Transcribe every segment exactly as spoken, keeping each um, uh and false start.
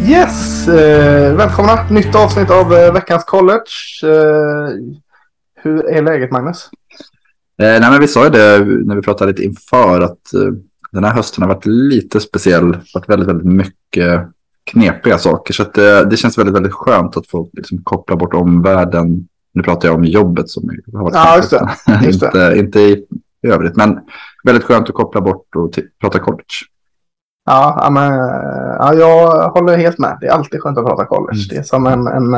Yes, eh, välkomna. Nytt avsnitt av eh, veckans college. Eh, hur är läget, Magnus? Eh, nej, men vi sa ju det när vi pratade lite inför att eh, den här hösten har varit lite speciell. Varit väldigt, väldigt mycket knepiga saker. Så att, eh, det känns väldigt, väldigt skönt att få liksom, koppla bort omvärlden. Nu pratar jag om jobbet som har varit ja, just det. Just inte, inte i övrigt, men väldigt skönt att koppla bort och t- prata college. Ja, men, ja, jag håller helt med. Det är alltid skönt att prata college. Mm. Det är som en, en,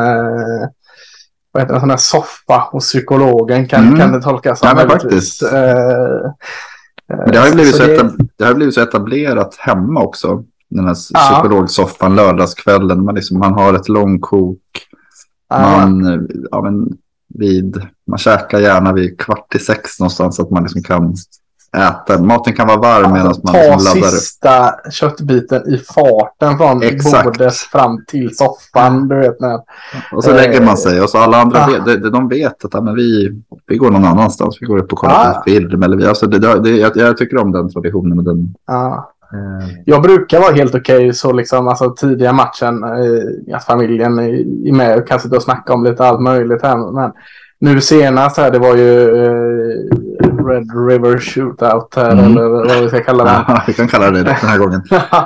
vad heter det, en sån här soffa hos psykologen kan, mm. kan det tolkas som. Ja, men faktiskt. Uh, men det har ju blivit, så, så, det... Etab- det har blivit så etablerat hemma också. Den här ja. psykologsoffan lördagskvällen. Man, liksom, man har ett långkok. Ja. Man, ja, men, vid, man käkar gärna vid kvart i sex någonstans så att man liksom kan äta. Maten kan vara varm ja, medan man ta liksom laddar sista upp. Köttbiten i farten från Exakt. bordet fram till soffan. Du vet, när, och så eh, lägger man sig och så alla andra ah. vet, de, de vet att ja, men vi, vi går någon annanstans. Vi går upp och kollar ah. på film. Eller vi, alltså det, det, jag, jag tycker om den traditionen. Och den, ah. eh. Jag brukar vara helt okej okay, så liksom, alltså, tidiga matchen eh, att familjen är, är med och kan sitta och snacka om lite allt möjligt här. Men nu senast här, det var ju eh, Red River Shootout här, mm. eller vad vi ska kalla det. Ja, vi kan kalla det den här gången.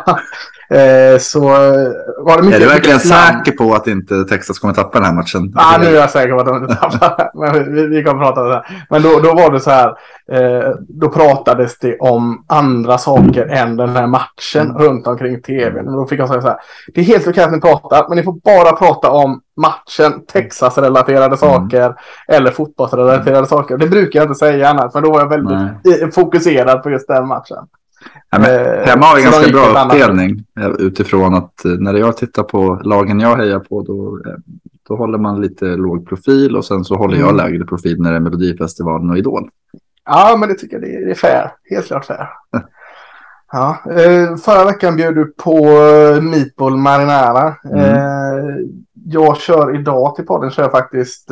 eh, så var det mycket. Är du verkligen säker på att inte Texas kommer tappa den här matchen? Ja, ah, nu är jag säker på att de inte tappar. Men vi, vi kan prata om det här. Men då, då var det så här, eh, då pratades det om andra saker än den här matchen mm. runt omkring tvn. Och då fick jag säga så här, det är helt okej att ni pratar, men ni får bara prata om matchen, Texas-relaterade saker mm. eller fotbollsrelaterade mm. saker. Det brukar jag inte säga annat, men då var jag väldigt Nej. fokuserad på just den matchen. Ja, men hemma har vi ganska bra uppdelning annat. Utifrån att när jag tittar på lagen jag hejar på då, då håller man lite låg profil och sen så håller mm. jag lägre profil när det är Melodifestivalen och Idol. Ja, men det tycker jag det är fair. Helt klart fair. Ja, förra veckan bjöd du på Meatball Marinara. Mm. Jag kör idag till podden, kör faktiskt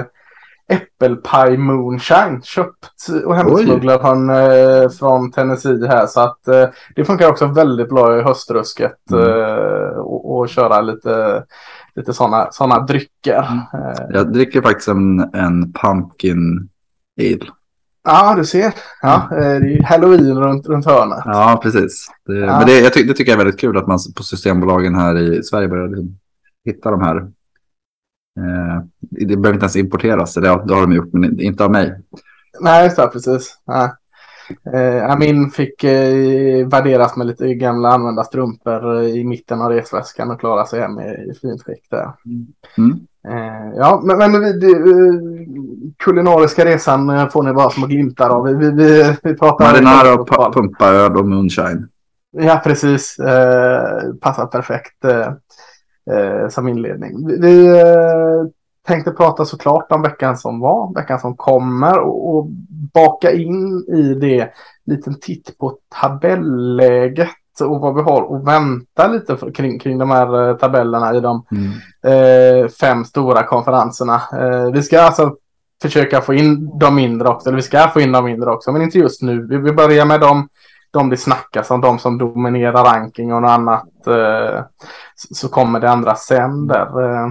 äppelpaj moonshine, köpt och hemsmugglad från, eh, från Tennessee här, så att eh, det funkar också väldigt bra i höstrusket mm. eh, och, och köra lite lite såna såna drycker. Mm. Jag dricker faktiskt en, en pumpkin ale. Ja, du ser. Ja, mm. det är Halloween runt, runt hörnet. Ja, precis. Det, ja. Men det, jag ty- det tycker jag är väldigt kul att man på Systembolagen här i Sverige börjar liksom hitta de här. Eh, det behöver inte ens importeras, det, det har de gjort, men inte av mig. Nej, så precis. Ja. Eh, min fick eh, värderas med lite gamla använda strumpor i mitten av resväskan och klara sig hem i, i fint skick där. Mm. Eh, ja, men, men vi, det, kulinariska resan får ni bara små glimtar av. Vi, vi, vi, vi pratar Marinara och pa- pumpaöl och moonshine. Ja, precis. Eh, passar perfekt. Eh, Eh, som inledning. Vi, vi eh, tänkte prata såklart om veckan som var, veckan som kommer och, och baka in i det liten titt på tabelläget och vad vi har och vänta lite för, kring, kring de här eh, tabellerna i de mm. eh, fem stora konferenserna. Eh, vi ska alltså försöka få in de mindre också, eller vi ska få in de mindre också, men inte just nu. Vi, vi börjar med dem de det snackas om, de som dominerar ranking och något annat, eh, så, så kommer det andra sen där. Eh.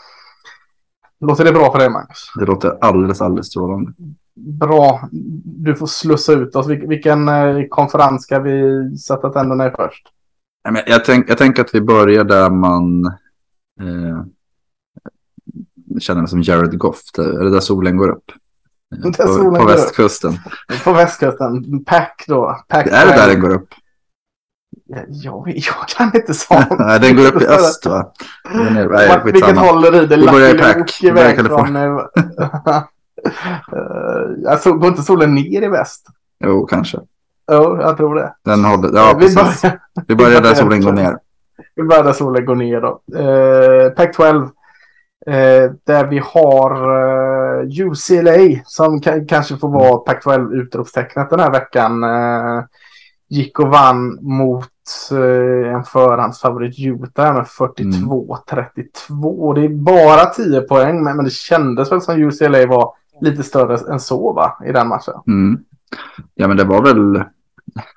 Låter det bra för dig, Magnus? Det låter alldeles, alldeles strålande. Bra. Du får slussa ut oss. Vil- vilken eh, konferens ska vi sätta tänderna i först? Jag, tänk, jag tänker att vi börjar där man eh, känner mig som Jared Goff. Är det där solen går upp? På, på västkusten. På västkusten. Pack då. Pack är det där den går upp? Jag, jag kan inte säga. Nej, den går upp i öst, va? Är, nej, vilket håller i det? Det börjar i Pack. Det börjar i Kalifornien. Alltså, går inte solen ner i väst? Jo, kanske. Jo, jag tror det. Den håller, ja, vi börjar, vi börjar där solen går ner. Vi börjar där solen går ner då. Uh, Pack tolv. Eh, där vi har eh, U C L A som k- kanske får vara Pac tolv utropstecknet den här veckan. Eh, gick och vann mot eh, en förhandsfavorit Utah med fyrtiotvå trettiotvå. Det är bara tio poäng, men, men det kändes väl som U C L A var lite större än så, va, i den matchen. Mm. Ja, men det var väl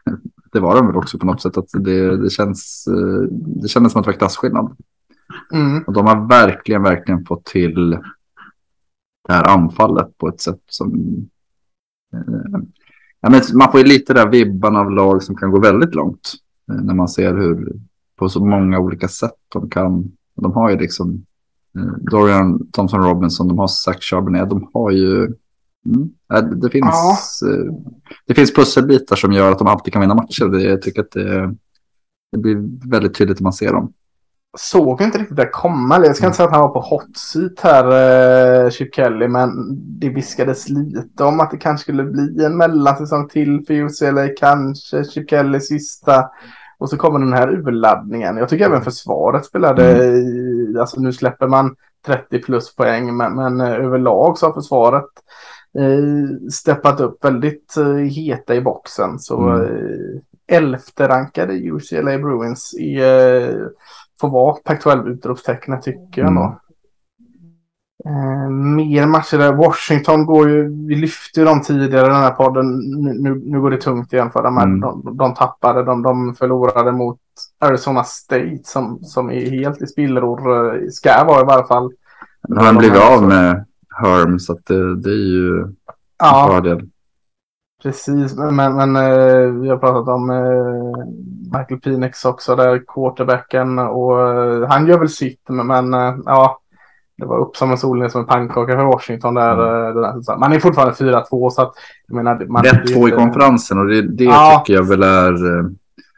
det var de väl också på något sätt. Att det, det, känns, det kändes som att det var klasskillnad. Mm. Och de har verkligen, verkligen fått till det här anfallet på ett sätt som... Eh, ja, men man får ju lite där vibban av lag som kan gå väldigt långt. Eh, när man ser hur på så många olika sätt de kan. De har ju liksom eh, Dorian Thompson-Robinson, de har Zach Charbonnet, de har ju... Mm, det, finns, ja. eh, det finns pusselbitar som gör att de alltid kan vinna matcher. Det, jag tycker att det, det blir väldigt tydligt när man ser dem. Såg inte riktigt det komma. Jag ska inte säga att han var på hot seat här, eh, Chip Kelly, men det viskades lite om att det kanske skulle bli en mellansäsong till för U C L A, kanske Chip Kelly sista, och så kommer den här urladdningen. Jag tycker även försvaret spelade mm. i, alltså nu släpper man trettio plus poäng, men, men överlag så har försvaret eh, steppat upp väldigt eh, heta i boxen. Så mm. eh, elfte rankade U C L A Bruins i eh, får vara Pac tolv utropstecknet, tycker jag. Mm. Eh, mer matcher där. Washington går ju, vi lyfte ju dem tidigare i den här podden. Nu, nu går det tungt igen för dem. Mm. De, de tappade, de, de förlorade mot Arizona State som, som är helt i spillror. Ska vara i varje fall. Han blev av med Herm, så att det, det är ju ja, en fördel. Precis, men, men eh, vi har pratat om eh, Michael Penix också där, quarterbacken, och eh, han gör väl sitt, men, men eh, ja, det var upp som en sol ner som en pannkaka för Washington där. Mm. Eh, där man är fortfarande fyra två, så att jag menar, man rätt två inte... i konferensen, och det, det ja. tycker jag väl är eh,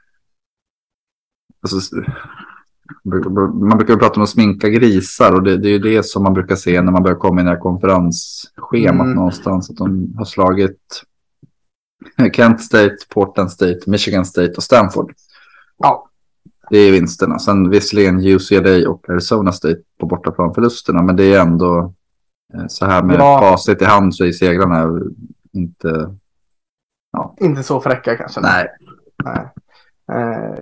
alltså, man brukar prata om att sminka grisar, och det, det är ju det som man brukar se när man börjar komma in i det här konferensschemat mm. någonstans, att de har slagit Kent State, Portland State, Michigan State och Stanford. Ja. Det är vinsterna. Sen visserligen U C L A och Arizona State på bortaplan förlusterna, men det är ändå så här med ja. facit i hand, så är segrarna inte ja. inte så fräcka kanske. Nej. Nej. Uh,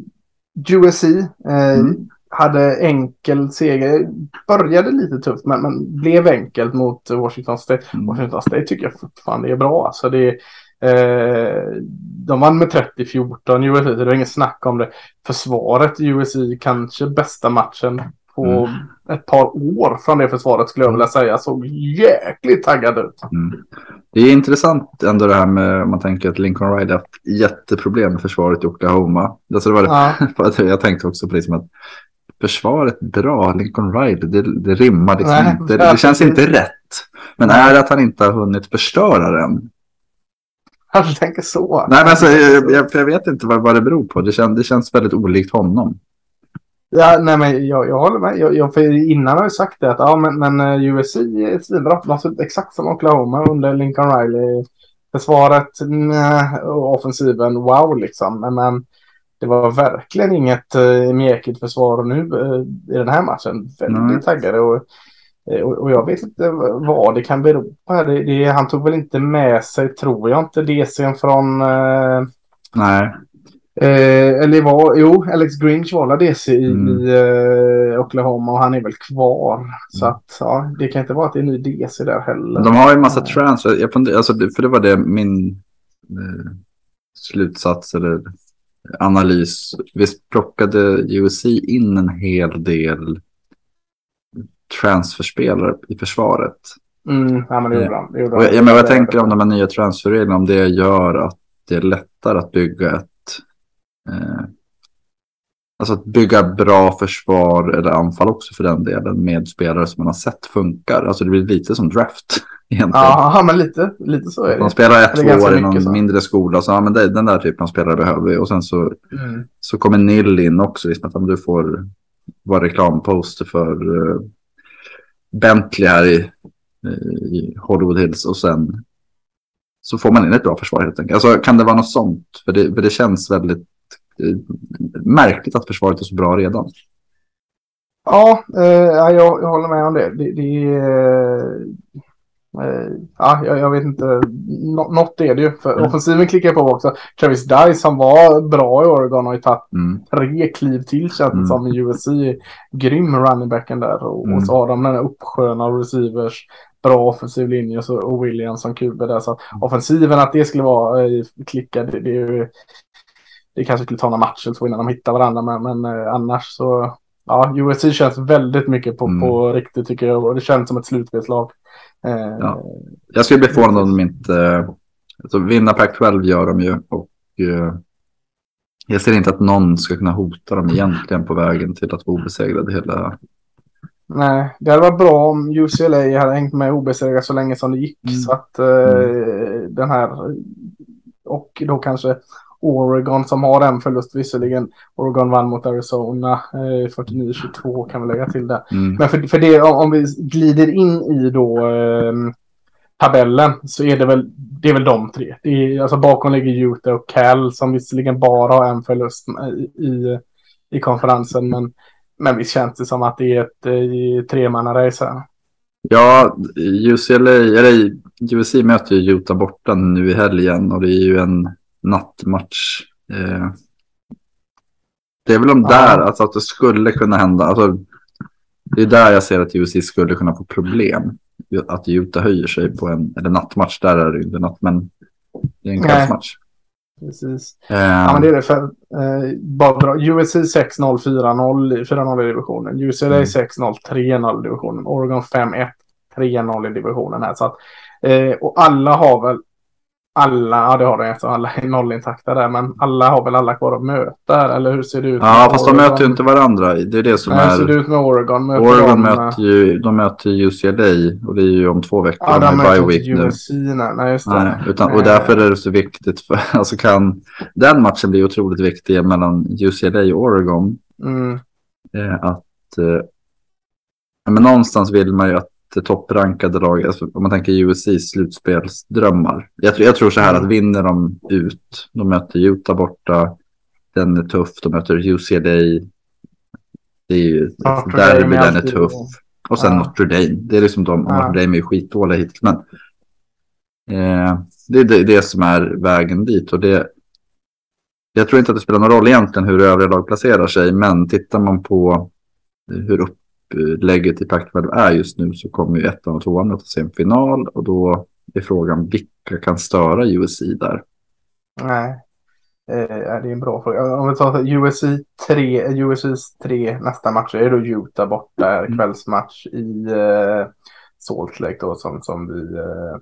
U S C uh, mm. hade enkel seger. Började lite tufft, men, men blev enkelt mot Washington State. Mm. Washington State tycker jag fortfarande är bra. Alltså det är Eh, de vann med trettio fjorton U S C, det är inget snack om det. Försvaret U S C kanske bästa matchen på mm. ett par år från det försvaret, skulle jag vilja säga. Såg jäkligt taggad ut. Mm. Det är intressant ändå det här med, om man tänker att Lincoln Riley har haft jätteproblem med försvaret i Oklahoma. Alltså det var det, ja. Jag tänkte också på det som att försvaret bra, Lincoln Riley, det, det rimmar liksom Nej, inte. Det, det känns inte rätt. Men är det att han inte har hunnit förstöra den? Kanske tänker så. Nej, men alltså, jag, jag, jag vet inte vad, vad det beror på. Det, kän, det känns väldigt olikt honom. Ja, nej, men jag, jag håller med. Jag, jag, för innan har jag sagt det att ja, men, men U S C är svinbra. De ser ut exakt som Oklahoma under Lincoln Riley. Försvaret nej, och offensiven, wow liksom. Men, men det var verkligen inget uh, mjäkigt försvar nu uh, i den här matchen. Väldigt mm. taggade och Och jag vet inte vad det kan bero på. Det, det, han tog väl inte med sig, tror jag inte, D C:n från... Eh, Nej. Eh, eller var, jo, Alex Grinch var D C i, mm. i eh, Oklahoma, och han är väl kvar. Mm. Så att, ja, det kan inte vara att det är en ny D C där heller. De har ju en massa transfer. Jag funderar, alltså, för det var det min eh, slutsats eller analys. Visst plockade U S C in en hel del transferspelare i försvaret. Mm, ja, men det gjorde han. Det gjorde han. Och jag, men jag tänker om de här nya transferreglerna, om det gör att det är lättare att bygga ett eh, alltså att bygga bra försvar eller anfall också för den delen med spelare som man har sett funkar. Alltså det blir lite som draft egentligen. Ja, men lite, lite så är det. Man spelar ett, två år i någon så. mindre skola, så ja, men det, den där typen av spelare behöver vi. Och sen så, mm. så kommer Nill in också, liksom, att om du får vara reklamposter för uh, Bentley här i, i Hollywood Hills, och sen så får man in ett bra försvar helt enkelt. Alltså kan det vara något sånt? För det, för det känns väldigt eh, märkligt att försvaret är så bra redan. Ja, eh, jag, jag håller med om det. Det, det eh, ja, jag, jag vet inte. Nå, något är det ju. För mm. offensiven klickar på också. Travis Dice, han var bra i Oregon och har tagit mm. tre kliv till, känns mm. som i U S C. Grym runningbacken där. Och, mm. och så har de den här uppsköna receivers. Bra offensiv linje, så, och Williams som Q B där. Så att offensiven, att det skulle vara eh, klickad, det, det är ju det kanske skulle ta några matcher så innan de hittar varandra. Men, men eh, annars så, ja, U S C känns väldigt mycket på, mm. på riktigt tycker jag. Och det känns som ett slutspelslag. Eh, ja. Jag skulle bli förvånad om de inte, alltså vinna Pac tolv gör de ju. Och eh, jag ser inte att någon ska kunna hota dem egentligen på vägen till att vara obesegrade hela. Nej, det hade varit bra om U C L A hade hängt med obesegrade så länge som det gick. Mm. Så att eh, mm. den här, och då kanske Oregon som har en förlust visserligen. Oregon vann mot Arizona eh, fyrtionio tjugotvå kan vi lägga till det. Mm. Men för, för det, om, om vi glider in i då eh, tabellen så är det väl det är väl de tre. Det är, alltså bakom ligger Utah och Cal som visserligen bara har en förlust i, i, i konferensen. Men, men visst känns det som att det är ett tremanna-race här. Ja, U C L A, eller U S C möter ju Utah borta nu i helgen och det är ju en nattmatch. Eh, det är väl om ja. där alltså att det skulle kunna hända. Alltså, det är där jag ser att U S C skulle kunna få problem. Att Utah höjer sig på en eller nattmatch, där är det inte natt, men det är en kvällsmatch. Precis. Um, ja, men det är det för eh, bara U S C sex noll fyra noll fyra noll i divisionen. U C L A mm. sex noll tre noll i divisionen. Oregon fem ett tre noll i divisionen här så att eh, och alla har väl alla, ja det har de eftersom alla är nollintakta där, men alla har väl alla kvar att möta, eller hur ser det ut? Ja, fast Oregon? De möter ju inte varandra. Det är det som Nej, är... hur ser det ut med Oregon? Möter Oregon de... möter ju, de möter U C L A och det är ju om två veckor. Ja, de möter inte U S C, nej, nej just det. Nej, utan, och därför är det så viktigt, för alltså kan den matchen bli otroligt viktig mellan U C L A och Oregon. Mm. Eh, att eh, men någonstans vill man ju att det topprankade lag, alltså, om man tänker U S C slutspelsdrömmar. Jag, tror, jag tror så här mm. att vinner de ut, de möter Utah borta, den är tuff, de möter U C L A, det är ju derby, den är tuff. Och sen ja. Notre Dame, det är liksom de, ja. Notre Dame är ju skitdåliga hittills, men eh, det är det, det som är vägen dit och det, jag tror inte att det spelar någon roll egentligen hur övriga lag placerar sig, men tittar man på hur upp läget i Pac tolv är just nu så kommer ju ettan och tvåan att se en final och då är frågan vilka kan störa U S C där? Nej, eh, det är en bra fråga. Om vi tar U S C tre, U S C:s tre nästa match är då Utah borta, mm. kvällsmatch i eh, Salt Lake då som, som vi eh,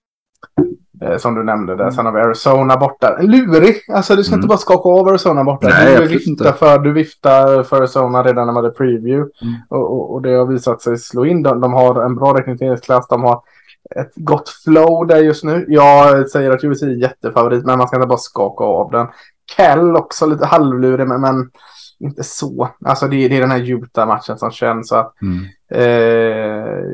som du nämnde där. Sen har vi Arizona borta. Lurig. Alltså du ska mm. inte bara skaka av Arizona borta. Nej, du, viftar för, du viftar för Arizona redan när man hade preview. Mm. Och, och, och det har visat sig slå in. De, de har en bra rekryteringsklass. De har ett gott flow där just nu. Jag säger att U S C är jättefavorit, men man ska inte bara skaka av den. Cal också lite halvlurig, men, men inte så. Alltså det, det är den här Utah-matchen som känns så att mm. eh,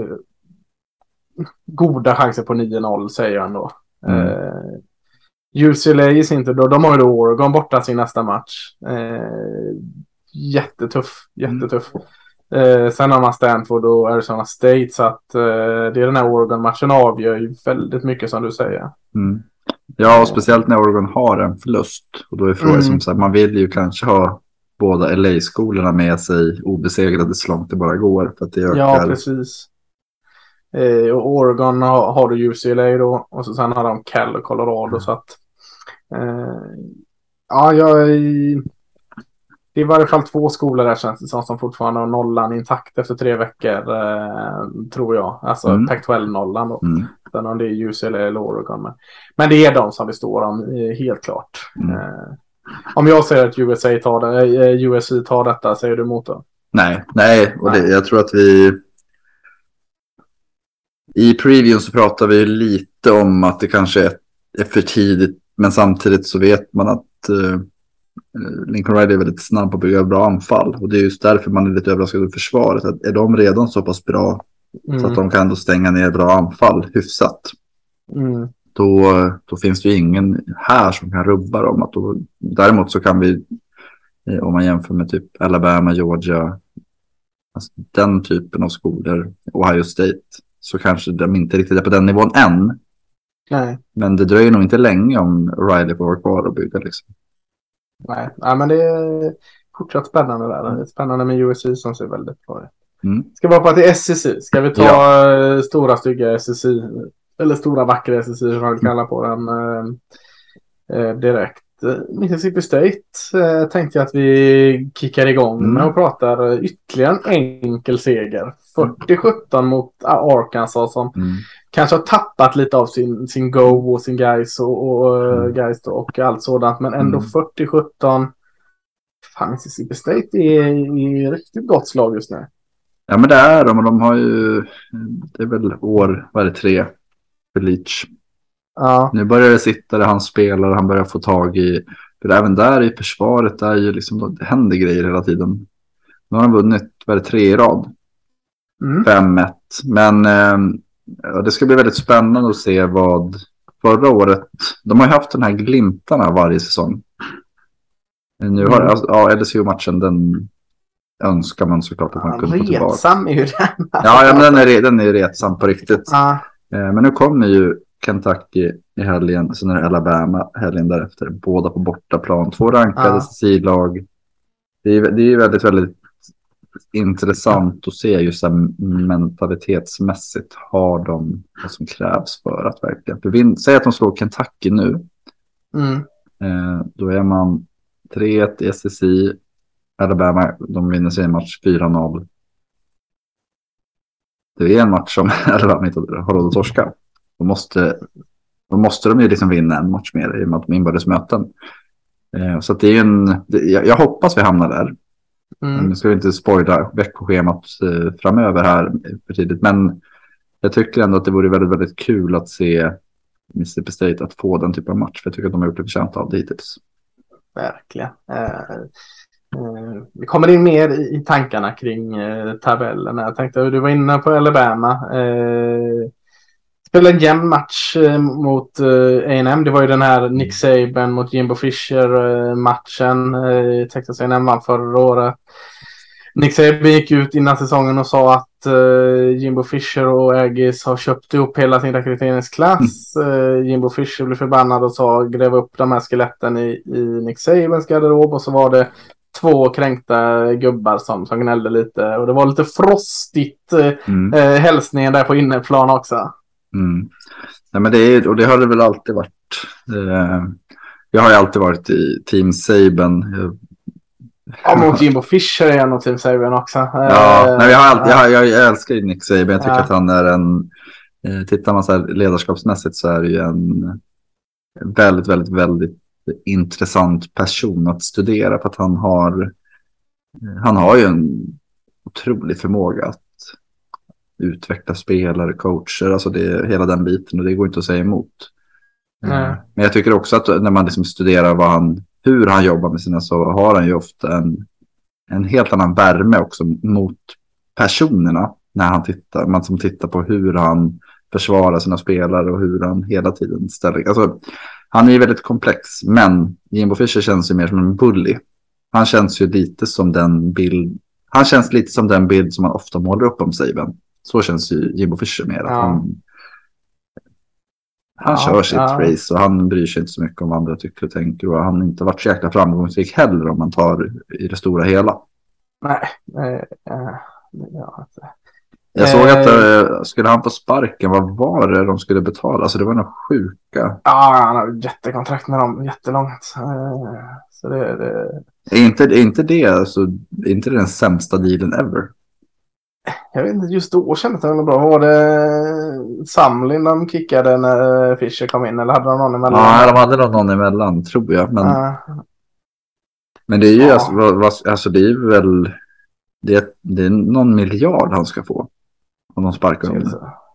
goda chanser på nio noll säger han då. Mm. Uh, U C L A i sin tur då, de har ju då Oregon borta sin nästa match. Uh, jättetuff, jättetuff. Mm. Uh, sen har man Stanford och Arizona State så att uh, det är den här Oregon-matchen avgör ju väldigt mycket som du säger. Mm. Ja, och speciellt när Oregon har en förlust och då är frågan mm. som sagt, man vill ju kanske ha båda L A-skolorna med sig obesegrade så långt det bara går för att det ökar. Ja, precis. Eh, och Oregon har, har du U C L A då och så sen har de Cal och Colorado mm. så att eh, ja, jag det är i varje fall två skolor där känns det som, som fortfarande har nollan intakt efter tre veckor eh, tror jag, alltså mm. Pac tolv-nollan då mm. sen om det är U C L A eller Oregon men, men det är de som vi står om eh, helt klart mm. eh, om jag säger att U S A tar det, eh, U S C tar detta, säger du emot det? Nej, nej och det, jag tror att vi i previewn så pratar vi lite om att det kanske är, är för tidigt, men samtidigt så vet man att uh, Lincoln Riley är väldigt snabb på att bygga bra anfall och det är just därför man är lite överraskad över försvaret. Att är de redan så pass bra mm. så att de kan ändå stänga ner bra anfall hyfsat mm. då, då finns det ju ingen här som kan rubba dem. Att då, däremot så kan vi, om man jämför med typ Alabama, Georgia, alltså den typen av skolor, Ohio State, så kanske de inte riktigt är på den nivån än. Nej. Men det dröjer nog inte länge om Riley får vara kvar och bygga liksom. Nej, Nej men det är fortsatt spännande där. Det är spännande med U S C som ser väldigt bra ut. Mm. Ska vi hoppa till S E C? Ska vi ta ja. stora stygga S E C eller stora vackra S E C som man vill kalla på den eh, direkt. Mississippi State eh, tänkte jag att vi kickar igång mm. med och pratar ytterligare en enkel seger. fyrtio sjutton mot Arkansas som mm. kanske har tappat lite av sin, sin go och sin guys och, och, mm. guys och allt sådant. Men ändå mm. fyrtio sjutton. Fan, Mississippi State är i riktigt gott slag just nu. Ja, men det är de. Och de har ju, det är väl år, vad är det, tre för Leach. Ja. Nu börjar det sitta där han spelar och han börjar få tag i, för även där i försvaret är ju liksom, det händer grejer hela tiden. Nu har de vunnit, vad är det, tre i rad. Mm. fem ett. Men eh, det ska bli väldigt spännande att se vad förra året, de har ju haft den här glimtarna varje säsong. Nu har, mm. alltså, ja, L S U-matchen, den önskar man såklart att man ja, kunde få tillbaka. Retsam är ju den. Ja, ja, men den är, den är retsam på riktigt. Ja. Eh, men nu kommer ju Kentucky i helgen, sen är det Alabama helgen därefter. Båda på bortaplan. Två rankade ja. S S I-lag. Det är, det är väldigt, väldigt intressant att se just så mentalitetsmässigt. Har de vad som krävs för att verkligen... För vi, säg att de slår Kentucky nu. Mm. Eh, då är man tre ett i S S I. Alabama, de vinner sin match fyra noll. Det är en match som Alabama inte har råd att torska. Då måste, då måste de ju liksom vinna en match mer i och med att de inbördes möten. Eh, så att det är en, det, jag, jag hoppas vi hamnar där. Mm. Nu ska vi inte spoila veckoschemat eh, framöver här för tidigt. Men jag tycker ändå att det vore väldigt, väldigt kul att se Mississippi State att få den typen av match. För jag tycker att de har gjort det förtjänt av det hittills. Verkligen. Eh, eh, vi kommer in mer i, i tankarna kring eh, tabellen. Jag tänkte, du var inne på Alabama. Eh, spelade en jämn match eh, mot eh, A and M. Det var ju den här Nick Saban mot Jimbo Fisher-matchen. Eh, Texas A and M vann förra året. Nick Saban gick ut innan säsongen och sa att eh, Jimbo Fisher och Aggies har köpt upp hela sin rekryteringsklass. Eh, Jimbo Fisher blev förbannad och sa gräv upp de här skeletten i, i Nick Sabans garderob. Och så var det två kränkta gubbar som, som gnällde lite. Och det var lite frostigt eh, mm. eh, hälsningen där på inneplan också. Mm. Ja, men det är, och det har det väl alltid varit. Eh, jag har ju alltid varit i Team Saban. Jag, ja, mot Jimbo Fisher är jag nog Team Saban också. Ja, eh, nej, jag, har alltid, jag, jag, jag älskar ju Nick Saban. Jag tycker ja. att han är en, eh, tittar man så här ledarskapsmässigt så är det ju en väldigt, väldigt, väldigt intressant person att studera. För att han har, han har ju en otrolig förmåga att utveckla spelare, coacher, alltså det är hela den biten och det går inte att säga emot. Mm. Men jag tycker också att när man liksom studerar vad han, hur han jobbar med sina, så har han ju ofta en, en helt annan värme också mot personerna när han tittar, man som tittar på hur han försvarar sina spelare och hur han hela tiden ställer, alltså han är ju väldigt komplex, men Jimbo Fisher känns ju mer som en bully. Han känns ju lite som den bild, han känns lite som den bild som man ofta målar upp om Saban. Så känns ju Jimbo Fisher mer. Ja. Han, han ja, kör sitt ja. race och han bryr sig inte så mycket om vad andra tycker och tänker. Och han har inte varit så jäkla framgångsrik heller om man tar i det stora hela. Nej. nej äh, ja, inte. Jag såg att äh, skulle han få sparken, vad var det de skulle betala? Alltså det var några sjuka. Ja, han har jättekontrakt med dem jättelångt. Så det, det... Är inte, är inte det alltså, är inte det den sämsta dealen ever? Jag vet inte, just då kände jag det bra. Var det Samlin de kickade när Fischer kom in? Eller hade de någon emellan? Ja, de hade någon emellan, tror jag. Men, uh, men det är ju ja. alltså, vad, alltså det är väl det är, det är någon miljard han ska få om de sparkar honom.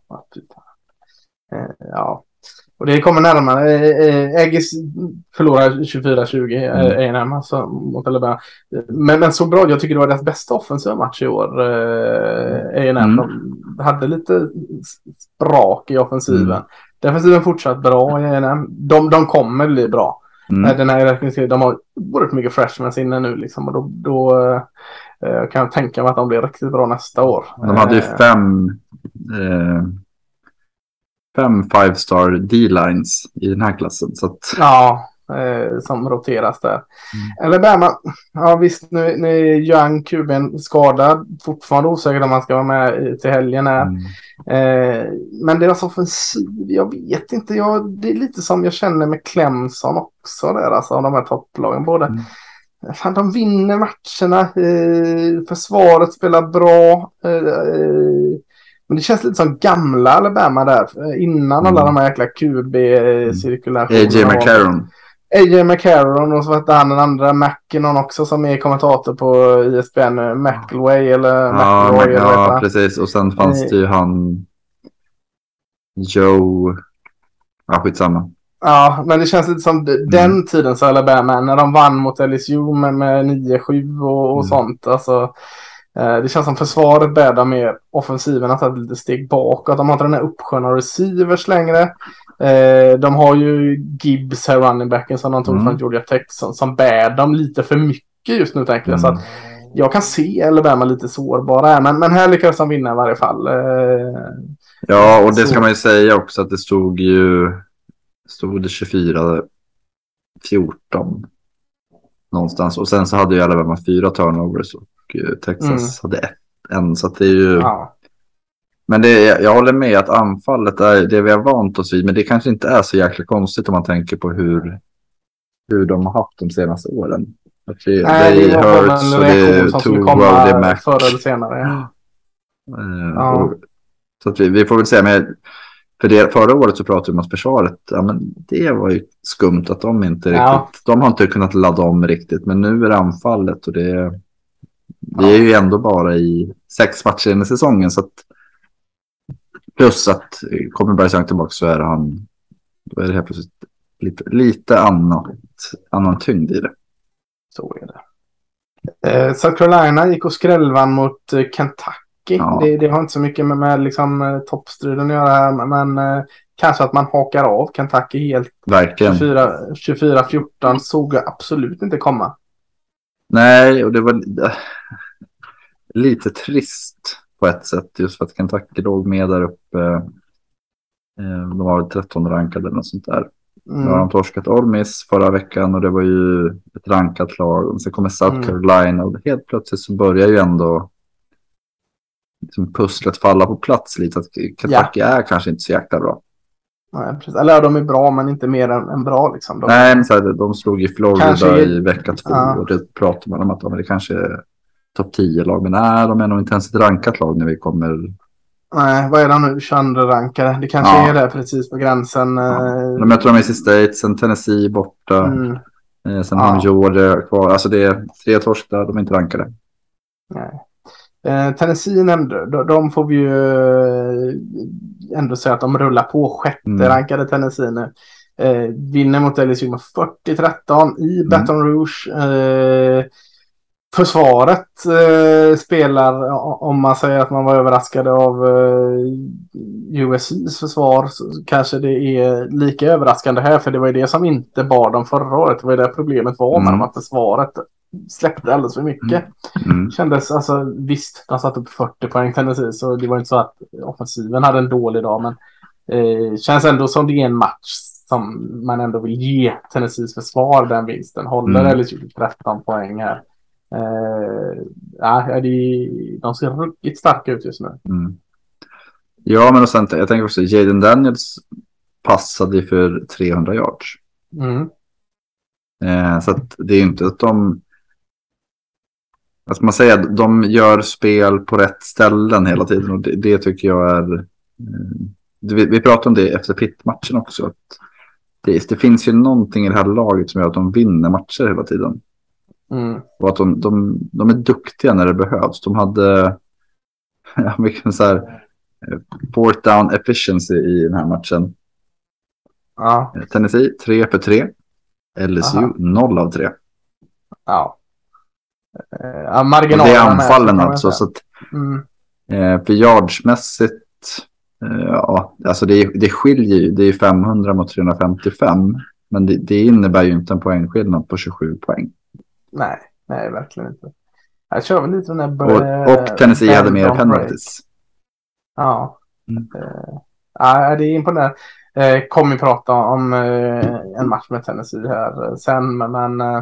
Ja. Och det kommer närmare. Aggies förlorar tjugofyra tjugo mm. A and M alltså, mot Alabama. Men, men så bra, jag tycker det var deras bästa offensiva match i år. A and M mm. de hade lite sprak i offensiven. Mm. Defensiven fortsatt bra i A and M. De, de kommer bli bra. Mm. Den här, de har oerhört mycket freshmen inne nu liksom, och då, då eh, kan jag tänka mig att de blir riktigt bra nästa år. De hade ju fem eh, fem five-star D-lines i den här klassen. Så att ja. eh, som roteras där. Mm. Alabama, ja visst, nu, nu är Young Q B'n skadad. Fortfarande osäker om han ska vara med till helgen här. Mm. Eh, men deras offensiv, jag vet inte. Jag, det är lite som jag känner med Clemson också där, alltså, av de här topplagen. Både mm. Fan, de vinner matcherna. Eh, försvaret spelar bra. Eh, men det känns lite som gamla Alabama där. Innan mm. alla de här jäkla Q B-cirkulationerna. A J McCarron. A J McCarron och så var det han den andra McKinnon också som är kommentator på E S P N. McElway eller ja, McElroy. Mac- eller ja, precis. Och sen fanns eh. det ju han Joe. Ja, skitsamma. Ja, men det känns lite som mm. den tiden så Alabama när de vann mot L S U med, med nio sju och, och mm. sånt. Alltså, eh, det känns som försvaret bäddar med offensiven att ta ett lite steg bakåt. De har inte den här uppsköna receivers längre. Eh, de har ju Gibbs här, running backen som de tog mm. från Georgia Tech som, som bär dem lite för mycket just nu tänker jag. Mm. Så att jag kan se Alabama lite sårbara här, men, men här lyckas de vinna i varje fall. Eh, ja, och det så. Ska man ju säga också att det stod ju stod det tjugofyra fjorton någonstans. Och sen så hade ju Alabama fyra turnovers och Texas mm. hade ett, en. Så att det är ju... Ja. Men det, jag håller med att anfallet är det vi har vant oss vid. Men det kanske inte är så jäkla konstigt om man tänker på hur, hur de har haft de senaste åren. Att det, Nej, det är Hurts och det är Toro och det är Mac. Förr eller senare. Ja. Uh, ja. Och, så att vi, vi får väl säga med... För det, förra året så pratade vi om att försvaret, ja, men det var ju skumt att de inte ja. riktigt, de har inte kunnat ladda om riktigt, men nu är det anfallet och det, vi är ju ändå bara i sex matcher in i säsongen så att plus att kommer Bryce Young tillbaka så är han, då är det helt plötsligt lite, lite annat, annan tyngd i det. Så är det. Eh, South Carolina gick och skrällvann mot eh, Kentucky. Ja. Det, det har inte så mycket med, med liksom, toppstriden att göra här, men eh, kanske att man hakar av Kentucky helt. Verkligen. tjugofyra fjorton såg jag absolut inte komma. Nej, och det var äh, lite trist på ett sätt just för att Kentucky låg med där uppe. Eh, de var tretton rankade eller något sånt där. Mm. Nu har de torskat Ole Miss förra veckan och det var ju ett rankat lag. Och sen kommer South mm. Carolina och helt plötsligt så börjar ju ändå liksom pusslet falla på plats lite. Att Kentucky ja. är kanske inte så jäkla bra. Nej, precis. Eller de är bra men inte mer än, än bra. Liksom. De, Nej, men så här, de slog i Florida kanske... i vecka två ja. och det pratar man om att de är kanske topp tio-lag. Men nej, de är nog inte ens ett rankat lag när vi kommer... Nej, vad är de nu? tjugoandra rankade. Det kanske ja. är det precis på gränsen. Ja. De möter de i State, sen Tennessee borta. Mm. Eh, sen ja. har de Georgia kvar. Alltså det är tre torsk där, de är inte rankade. Nej. Eh, Tennessee nämnde, de, de får vi ju eh, ändå säga att de rullar på sjätte mm. rankade Tennessee nu. Eh, vinner mot L S U med fyrtio tretton i mm. Baton Rouge. Eh, försvaret eh, spelar, om man säger att man var överraskad av eh, U S C:s försvar så kanske det är lika överraskande här, för det var ju det som inte bar dem förra året. Det var ju det problemet var med mm. att försvaret släppte alldeles för mycket. Mm. Kändes, alltså visst, de satt upp fyrtio poäng Tennessee, så det var inte så att offensiven hade en dålig dag, men eh, känns ändå som det är en match som man ändå vill ge Tennessees försvar den vinsten. Håller mm. eller tretton poäng här. Eh, ja, de, de ser ruggigt starka ut just nu. Mm. Ja, men och sen, jag tänker också Jaden Daniels passade för trehundra yards. Mm. Eh, så att det är ju inte att de, alltså man säger att de gör spel på rätt ställen hela tiden, och det, det tycker jag är eh, vi, vi pratade om det efter Pitt-matchen också, att det, det finns ju någonting i det här laget som gör att de vinner matcher hela tiden. Mm. Och att de, de, de är duktiga när det behövs. De hade ja, mycket så här fourth down efficiency i den här matchen. Ja. Tennessee tre för tre, L S U noll av tre. Ja. Ja, marginalen. Det är anfallen alltså. Så att, mm. eh, för yardsmässigt eh, ja, alltså det, det skiljer ju. Det är femhundra mot trehundrafemtiofem. Men det, det innebär ju inte en poängskillnad på tjugosju poäng. Nej, nej, verkligen inte. Jag kör väl lite den här b- och, och Tennessee hade mer penalties. Ja. Mm. Uh, ja, det är imponerande. Eh, kommer prata om eh, en match med Tennessee här eh, sen, men eh,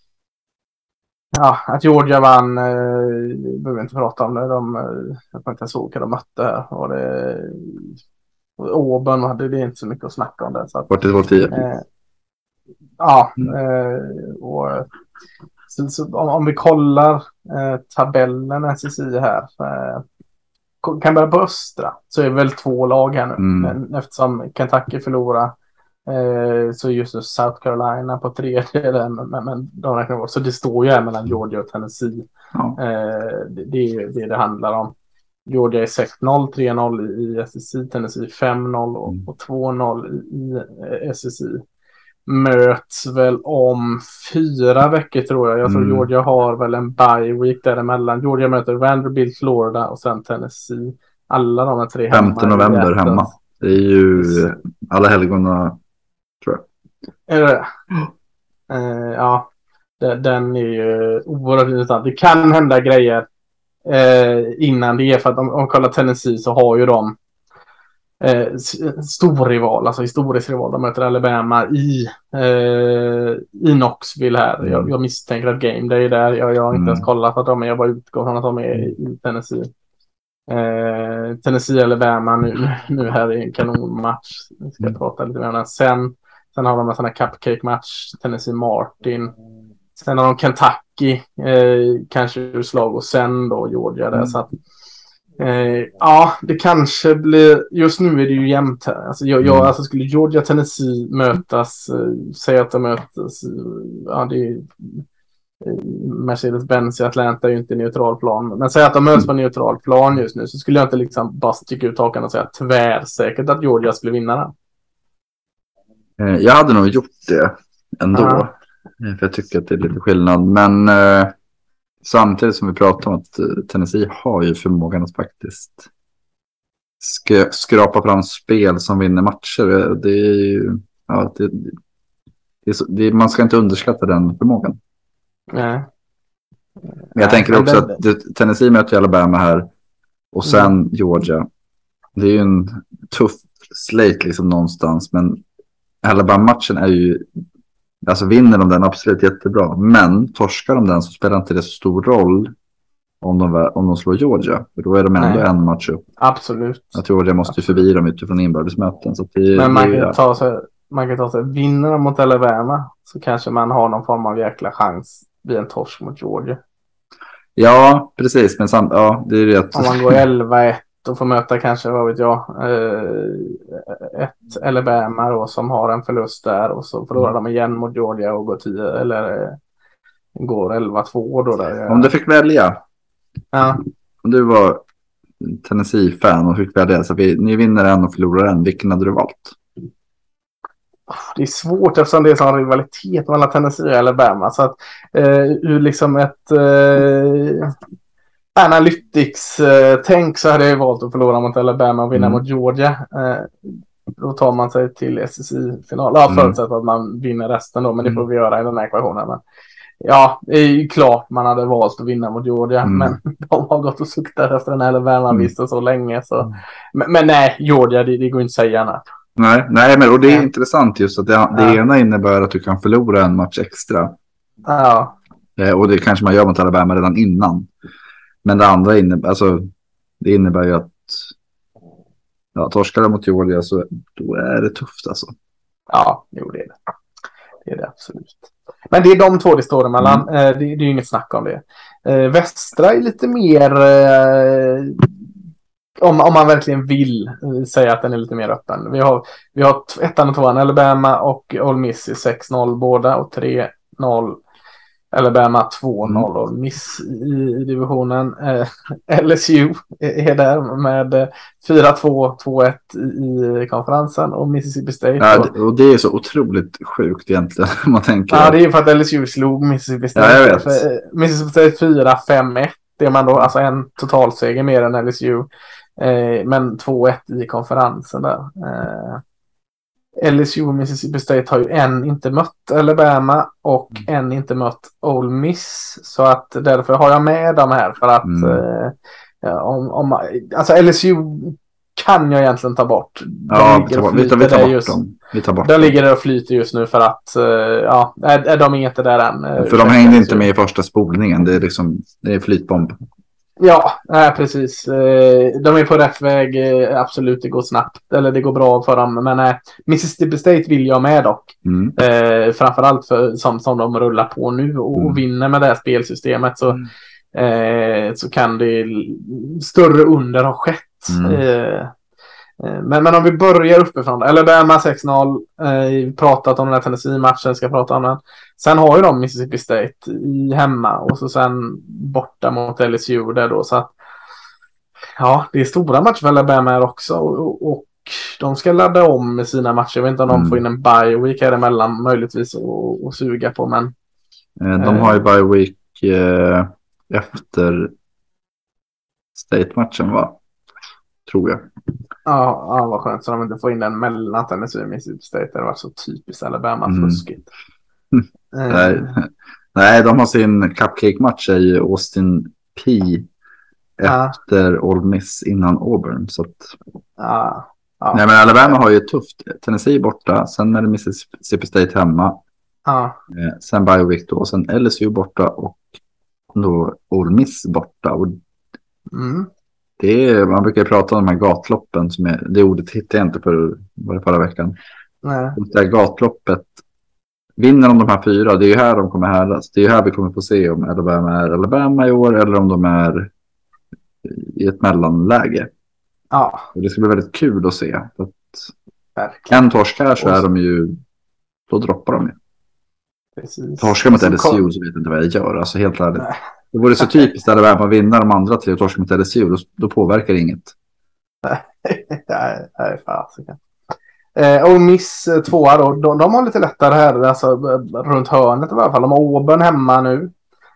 ja, att Georgia vann eh, behöver vi inte prata om det. De, eh, jag kommer inte såg vilka de mötte här. Och det, Auburn hade det inte så mycket att snacka om det. Så att, fyrtiotvå tio. Eh, ja, eh, och så, så, om, om vi kollar eh, tabellen S S I här, eh, kan börja på östra, så är det väl två lag här nu. Mm. Men eftersom Kentucky förlorar eh, så just nu South Carolina på tredje, men, men de räknar bort. Så det står ju här mellan Georgia och Tennessee. Ja. Eh, det, det är det det handlar om. Georgia är sex noll, tre noll i S S I, Tennessee fem noll och, och två noll i, i S S I. Möts väl om fyra veckor tror jag. Jag tror Mm. Georgia har väl en bye week däremellan. Georgia möter Vanderbilt, Florida och sen Tennessee. Alla de är tre hemma. femte november hemma. Det är ju alla helgona, tror jag. Är det? Uh, ja, den, den är ju oerhört intressant. Det kan hända grejer uh, innan det. För att om man kollar Tennessee så har ju de Eh, stor rival, alltså historisk rival. De möter Alabama i eh, i Knoxville här. Mm. Jag, jag misstänker att Game Day är där. Jag, jag har inte mm. ens kollat att de är. Jag bara utgår från att de är i Tennessee. Eh, Tennessee Alabama nu, nu här är en kanonmatch. Vi ska mm. prata lite mer om den sen. Sen har de en sån här cupcake-match. Tennessee Martin. Sen har de Kentucky. Eh, kanske utslag och sen då Georgia där. Mm. Så att Eh, ja, det kanske blir. Just nu är det ju jämnt här. Alltså, jag, jag, alltså skulle Georgia och Tennessee mötas, eh, säga att de mötas, eh, ja, det är eh, Mercedes-Benz i Atlanta är ju inte neutral plan, men säg att de möts på neutral plan just nu, så skulle jag inte liksom bara sticka ut hakan och säga tvärsäkert att Georgia skulle vinna den. Eh, jag hade nog gjort det ändå, uh-huh. för jag tycker att det är lite skillnad, men eh... samtidigt som vi pratar om att Tennessee har ju förmågan att faktiskt sk- skrapa fram spel som vinner matcher. Det är ju, ja, det, det är så, det är, man ska inte underskatta den förmågan. Nej. Men jag Nej, tänker också det, att det, Tennessee möter Alabama här och sen mm. Georgia. Det är ju en tuff slate liksom någonstans, men Alabama-matchen är ju, alltså vinner de den absolut jättebra, men torskar de den så spelar inte det så stor roll om de, om de slår Georgia, för då är de ändå Nej. en match upp. Absolut. Jag tror det måste absolut. förbi dem utifrån inbördesmöten. Så det, men man det, kan, ja. ta sig, man kan ta sig, vinner de mot Alabama så kanske man har någon form av jäkla chans vid en torsk mot Georgia. Ja, precis, men samt, ja, det är rätt. Om man går elva ett och får möta kanske, vad vet jag, ett Alabama då, som har en förlust där, och så förlorar mm. de igen mot Georgia och går tio eller går elva två då där. Om du fick välja. Ja. Om du var Tennessee-fan och fick välja, så vi, ni vinner en och förlorar en, vilken hade du valt? Det är svårt eftersom det är sån rivalitet mellan Tennessee och Alabama, så att eh, ur liksom ett eh, Analytics-tänk så hade jag valt att förlora mot Alabama och vinna mm. mot Georgia. Eh, då tar man sig till S S I-final. Ja, mm. förutsatt att man vinner resten då, men det får vi göra i den här ekvationen. Men, ja, det är ju klart man hade valt att vinna mot Georgia, mm. men de har gått och suktat efter den här Alabama-vistelsen så länge. Så. Mm. Men, men nej, Georgia, det, det går inte att säga annat. Nej, nej, men och det är ja. intressant just att det, det ja. ena innebär att du kan förlora en match extra. Ja. Eh, och det kanske man gör mot Alabama redan innan. Men det andra innebär, alltså, det innebär ju att ja, torskar mot Georgia så då är det tufft alltså. Ja, jo, det är det. Det är det absolut. Men det är de två det står emellan. Mm. Eh, det, det är ju inget snack om det. Eh, västra är lite mer eh, om, om man verkligen vill säga att den är lite mer öppen. Vi har, vi har ettan och tvåan, Alabama och Ole Miss i sex noll båda och tre noll Alabama två noll mm. och Miss i, i divisionen. Eh, L S U är där med fyra två två ett i, i konferensen och Mississippi State. Ja, det, och det är så otroligt sjukt egentligen. Man tänker. Ja, det är för att L S U slog Mississippi State. Ja, jag vet. För, Mississippi State fyra fem ett. Det är man då, alltså en totalseger mer än L S U. Eh, men två ett i konferensen där. Eh, L S U och Mississippi State har ju en inte mött Alabama och mm. en inte mött Ole Miss, så att därför har jag med dem här för att mm. eh, om, om, alltså L S U kan jag egentligen ta bort. De ja, vi tar, vi tar, vi tar bort just, dem. Vi tar bort de dem. ligger där och flyter just nu för att ja, är, är de inte där än. För de hängde inte med i första spolningen. Det är liksom, det är flytbomb. Ja, nej, precis. De är på rätt väg. Absolut, det går snabbt. Eller det går bra för dem. Men nej, Mississippi State vill jag med dock. Mm. Eh, framförallt för, som, som de rullar på nu och, mm. och vinner med det här spelsystemet så, mm. eh, så kan det större under ha skett. Mm. Eh, Men, men om vi börjar uppifrån, eller börjar med sex noll, eh, pratat om den här Tennessee-matchen, ska prata om den. Sen har ju de Mississippi State i hemma och så sen borta mot L S U där då, så att ja, det är stora matcher för Alabama också och, och de ska ladda om med sina matcher. Jag vet inte om mm. de får in en bye week här emellan möjligtvis och, och suga på, men de har ju bye week eh, efter State-matchen, va? Tror jag. Ja, ja, vad skönt så de inte får in den mellan Tennessee och Mississippi State. Det var så typiskt Alabama-fuskigt. Mm. Mm. Nej. Nej, de har sin cupcake-match i Austin P efter ja. Ole Miss innan Auburn. Så att... ja. Ja. Nej, men Alabama har ju tufft. Tennessee borta, sen är det Mississippi State hemma. Ja. Sen bye week då, sen L S U borta och då Ole Miss borta. Och... Mm. Det är, man brukar prata om de här gatloppen som är, det ordet hittade jag inte för, var det förra veckan. Nej. Det här gatloppet, vinner de de här fyra, det är ju här de kommer härdas. Det är ju här vi kommer få se om Alabama är Alabama i år eller om de är i ett mellanläge. Ja. Och det ska bli väldigt kul att se. För att en torsk här så är de ju, då droppar de ju. Precis. Torskar mot L S U så vet jag inte vad jag gör, alltså helt ärligt. Nej. Det vore så typiskt att Alabama vinner de andra tre och torskar mot L S U, då, då påverkar det inget. Nej, nej, fasiken. Eh, och Miss tvåa då, de, de har lite lättare här, alltså runt hörnet i alla fall. De har Auburn hemma nu.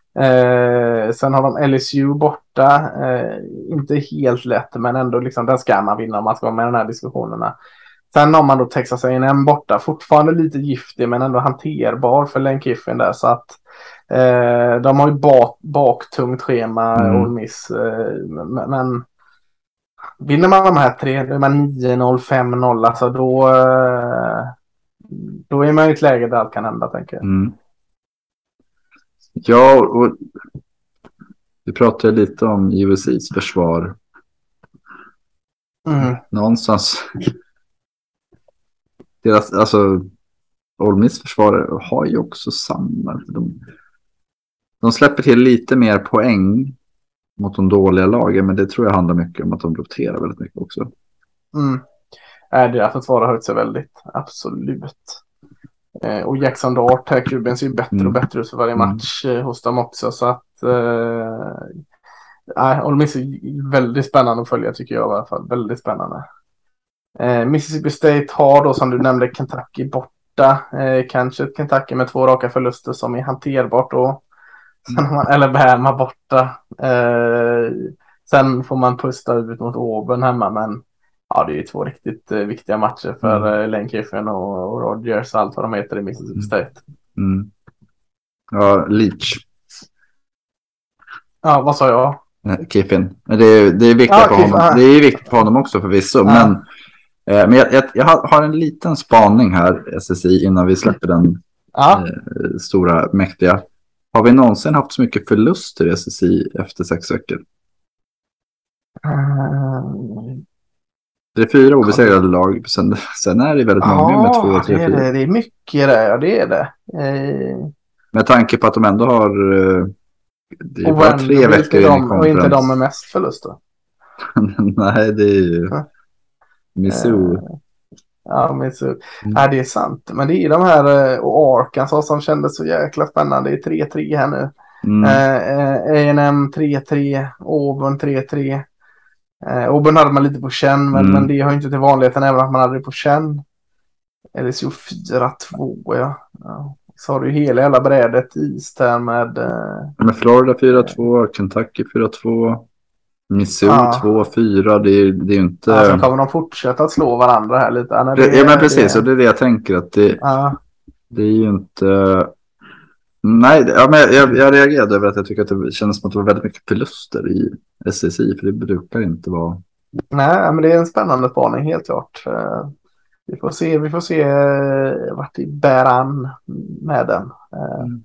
Eh, sen har de L S U borta. Eh, inte helt lätt, men ändå liksom, den ska man vinna om man ska vara med i de här diskussionerna. Sen har man då Texas A and M borta. Fortfarande lite giftig, men ändå hanterbar för Lane Kiffin där. Så att eh, de har ju bak, baktungt schema, mm. Ole Miss. Eh, men, men vinner man de här tre, då är man nio noll, fem noll. Alltså då, eh, då är man i ett läge där allt kan hända, tänker jag. Mm. Ja, och vi pratade lite om U S C:s försvar. Mm. Någonstans... Deras, alltså, Ole Miss försvarare har ju också samma. De, de släpper till lite mer poäng mot de dåliga lagen, men det tror jag handlar mycket om att de roterar väldigt mycket också. Mm. Äh, deras försvar har höjt sig väldigt, absolut. Eh, och Jackson Dart här, Kuben ser ju bättre mm. och bättre ut för varje match mm. hos dem också, så att eh, Ole Miss är väldigt spännande att följa, tycker jag i alla fall. Väldigt spännande. Eh, Mississippi State har då, som du nämnde, Kentucky borta. Eh, kanske ett Kentucky med två raka förluster som är hanterbart då. Sen har man Alabama borta. Eh, sen får man pusta ut mot Auburn hemma, men ja, det är ju två riktigt eh, viktiga matcher för mm. eh, Lane Kiffin och, och Rogers, allt vad de heter i Mississippi State. Mm. Ja, Leach. Ja, vad sa jag? Kiffin. Det är, det är viktigt ja, för Kiffin, honom. Det är viktigt för honom också förvisso, ja. men eh, men jag, jag, jag har en liten spaning här, S S I, innan vi släpper den ja. eh, stora mäktiga. Har vi någonsin haft så mycket förluster i S S I efter sex veckor? Mm. Det är fyra obesegrade lag. Sen, sen är det väldigt många ja, med två, tre, det är det. Det är mycket där, ja det är det. Eh... Med tanke på att de ändå har det är bara tre veckor de, in i och inte de med mest förluster. Nej, det är ju ja. Missouri. Eh... Ja, Missouri. Mm. Ja, det är sant. Men det är de här och Arkansas som kändes så jäkla spännande. Det är tre tre här nu. Mm. Eh, A and M tre tre, Auburn tre tre. Eh, Auburn hade man lite på känn, men, mm. men det har inte till vanligheten även att man hade det på känn. Eller så fyra två, ja. ja. Så har du ju hela jävla brädet is där med... Eh, med Florida fyra två, Kentucky fyra två, Missouri ja. två fyra, det är, det är ju inte... Ja, så kommer de fortsätta att slå varandra här lite. Ja, det, ja men precis, det, och det är det jag tänker att det, ja. det är ju inte... Nej, ja, men jag, jag reagerade över att jag tycker att det känns som att det var väldigt mycket förluster i S S I, för det brukar inte vara... Nej, men det är en spännande spaning, helt klart. Vi får se, vi får se vart det bär an med den. Mm.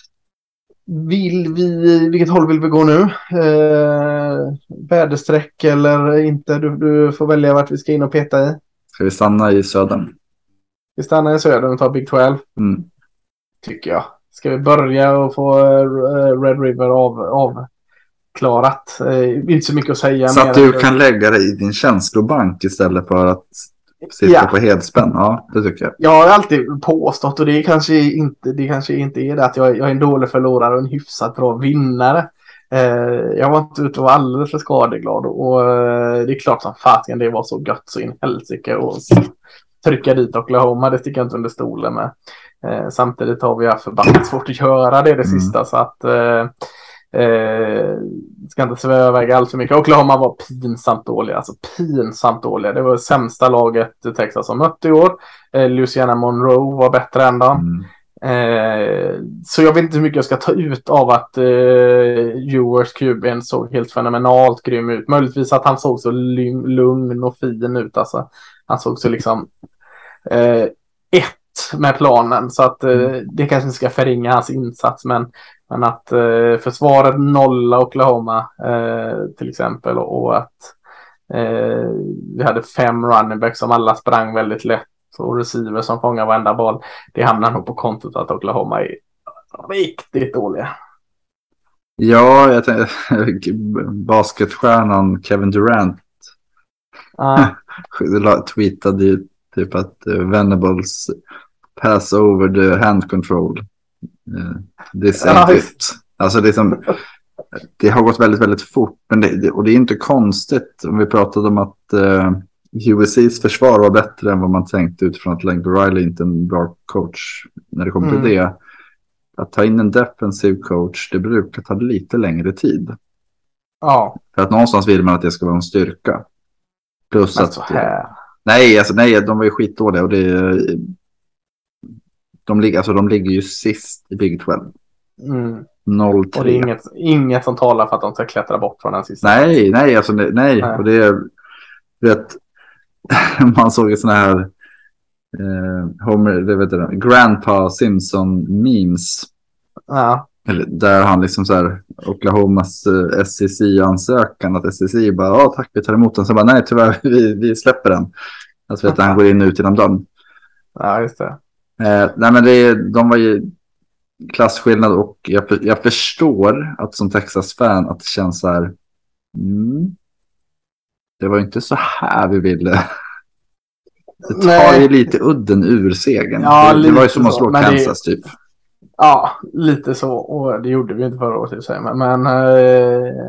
Vill vi, vilket håll vill vi gå nu? Eh, väderstreck eller inte? Du, du får välja vart vi ska in och peta i. Ska vi stanna i södern? Vi stannar i södern och tar Big tolv. Mm. Tycker jag. Ska vi börja och få uh, Red River av, avklarat? Eh, inte så mycket att säga. Så att du kan lägga det i din känslobank istället för att sitta ja. på helspänn. Ja, det tycker jag. Jag har alltid påstått, och det är kanske inte, det kanske inte är det, att jag, jag är en dålig förlorare och en hyfsat bra vinnare. Eh, jag var inte ute och var alldeles för skadeglad, och eh, det är klart som fasiken det var så gött så in helsike och trycka dit Oklahoma, det sticker jag inte under stolen med. Eh, samtidigt har vi haft förbannat svårt att göra det det mm. sista, så att eh, Eh, ska inte sväva iväg allt för mycket. Oklahoma var pinsamt dåliga, alltså pinsamt dåliga. Det var det sämsta laget Texas har mött i år. eh, Louisiana Monroe var bättre än dem. mm. eh, Så jag vet inte hur mycket jag ska ta ut av att eh, Ewers Q B såg helt fenomenalt grym ut. Möjligtvis att han såg så lugn och fin ut, alltså. Han såg så liksom eh, ett med planen, så att eh, det kanske inte ska förringa hans insats, men Men att eh, försvaret nolla Oklahoma eh, till exempel, och, och att eh, vi hade fem running backs som alla sprang väldigt lätt och receiver som fångar varenda boll. Det hamnar nog på kontot att Oklahoma är riktigt dåliga. Ja, jag tänkte basketstjärnan Kevin Durant ah. tweetade ju typ att uh, Venables pass over the hand control. Uh, this ja, it. Alltså det, är som, det har gått väldigt, väldigt fort. Men det, och det är inte konstigt om vi pratade om att uh, U S C:s försvar var bättre än vad man tänkte utifrån att Lincoln Riley inte är en bra coach när det kommer mm. till det. Att ta in en defensiv coach, det brukar ta lite längre tid. Ja. För att någonstans vill man att det ska vara en styrka. Plus men att... Så här. Nej, alltså, nej, de var ju skitdåliga och det... De, lig, alltså, de ligger ju sist i Big tolv. Mm. noll tre. Och det är inget, inget som talar för att de ska klättra bort från den sista. Nej, nej, alltså, nej. nej. Och det är... Vet, man såg ju såna här... Eh, Homer, det vet jag, Grandpa Simpson memes. Ja. Eller där han liksom så här Oklahomas uh, S C C-ansökan att S C C bara, ja tack vi tar emot den, så bara nej tyvärr vi, vi släpper den. Alltså att han går in ut genom dörren. Ja just det. Eh, nej men det, de var ju klasskillnad och jag, jag förstår att som Texas-fan att det känns så här mm, det var ju inte så här vi ville. Det tar nej. ju lite udden ur segern. Ja, det, det var ju som att slå Kansas det... typ. Ja, lite så. Och det gjorde vi inte förra året. Men, men äh,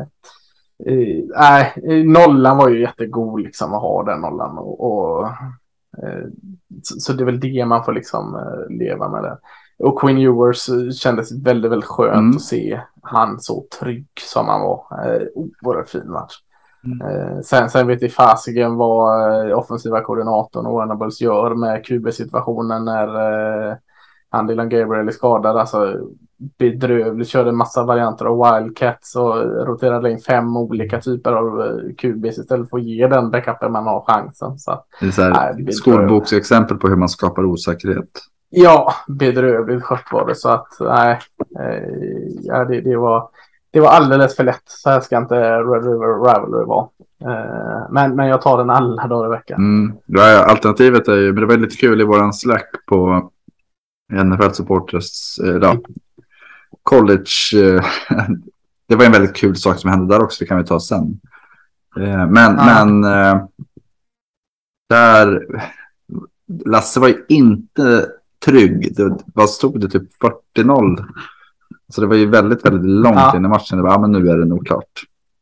äh, nollan var ju jättegod liksom att ha den nollan. Och, och, äh, så, så det är väl det man får liksom äh, leva med det. Och Quinn Ewers kändes väldigt, väldigt skönt mm. att se han så trygg som han var. Äh, oerhört fin match. Mm. Äh, sen, sen vet vi fasiken vad äh, offensiva koordinatorn och Venables gör med Q B-situationen när äh, han Dylan Gabriel är skadad, alltså bedrövligt, körde en massa varianter av Wildcats och roterade in fem olika typer av Q Bs istället för att ge den backupen man har chansen. Så att, det är så här, nej, skolboksexempel på hur man skapar osäkerhet. Ja, bedrövligt skött var det, så att nej, ja, det, det, var, det var alldeles för lätt, så här ska inte Red River Rivalry vara. Men, men jag tar den alla dagar i veckan. Mm. Ja, alternativet är ju, men det var lite kul i våran Slack på N F L Supporters eh, college eh, det var en väldigt kul sak som hände där också, det kan vi ta sen eh, men, ah. men eh, där Lasse var ju inte trygg, det var stod det typ fyrtio noll, så det var ju väldigt, väldigt långt ah. in i matchen, det var, ja men nu är det nog klart.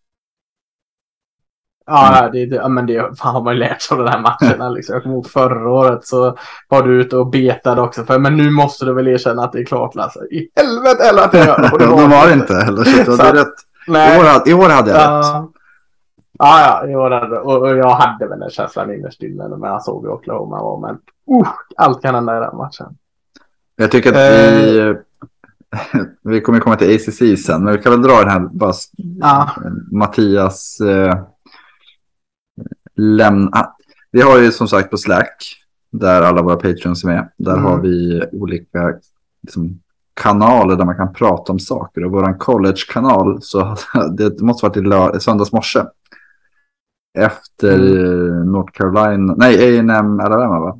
Ja, mm. det, det, men det fan har man ju lärt sig av den här matchen. Liksom. Jag kom ihåg förra året så var du ute och betade också. För, men nu måste du väl erkänna att det är klart, Lasse. I helvete eller att det gör det. De var det inte heller. Så så, det är rätt. Nej. I, år, I år hade jag ja. rätt. Ja, ja, i år hade, och, och jag hade väl den känslan innerst inne. Men jag såg ju Oklahoma var. Men uh, allt kan hända i den matchen. Jag tycker att vi... Eh. Vi kommer komma till A C C sen. Men vi kan väl dra den här bara, ja. Mattias... Eh, lämna... Vi har ju som sagt på Slack, där alla våra patrons är med. Där mm. har vi olika liksom, kanaler där man kan prata om saker. Och våran college-kanal, så det måste varit i lö- söndags morse. Efter mm. North Carolina... Nej, A and M Alabama, va?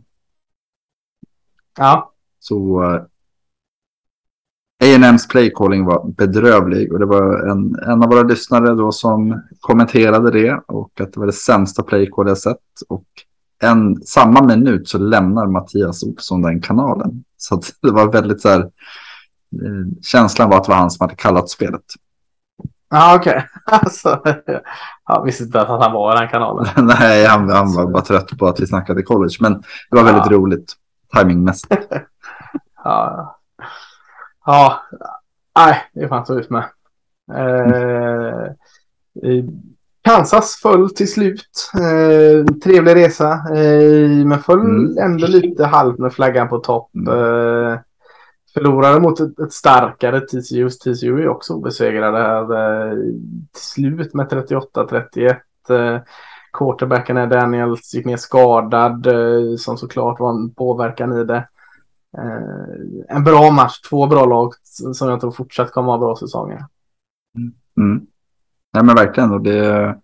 Ja. Så... A and M's playcalling var bedrövlig och det var en, en av våra lyssnare då som kommenterade det och att det var det sämsta playcall jag sett, och en, samma minut så lämnar Mattias Olsson den kanalen, så att det var väldigt så här, eh, känslan var att det var han som hade kallat spelet. Ja, okej. Okay. Alltså, jag visste inte att han var i den kanalen. Nej, han, han var bara trött på att vi snackade college, men det var väldigt ja. roligt timingmässigt. Ja, ja, nej, det fanns ut med. Eh, Kansas föll till slut. Eh, trevlig resa. Eh, men föll mm. ändå lite halvt med flaggan på topp. Eh, förlorade mot ett, ett starkare T C U. T C U är också obesegrade här. Eh, till slut med trettioåtta trettioett. Eh, quarterbacken är Daniels gick ner skadad. Eh, som såklart var en påverkan i det. Eh, en bra match, två bra lag som jag tror fortsatt kommer att ha bra säsonger. Mm. Mm. Nej men verkligen, och det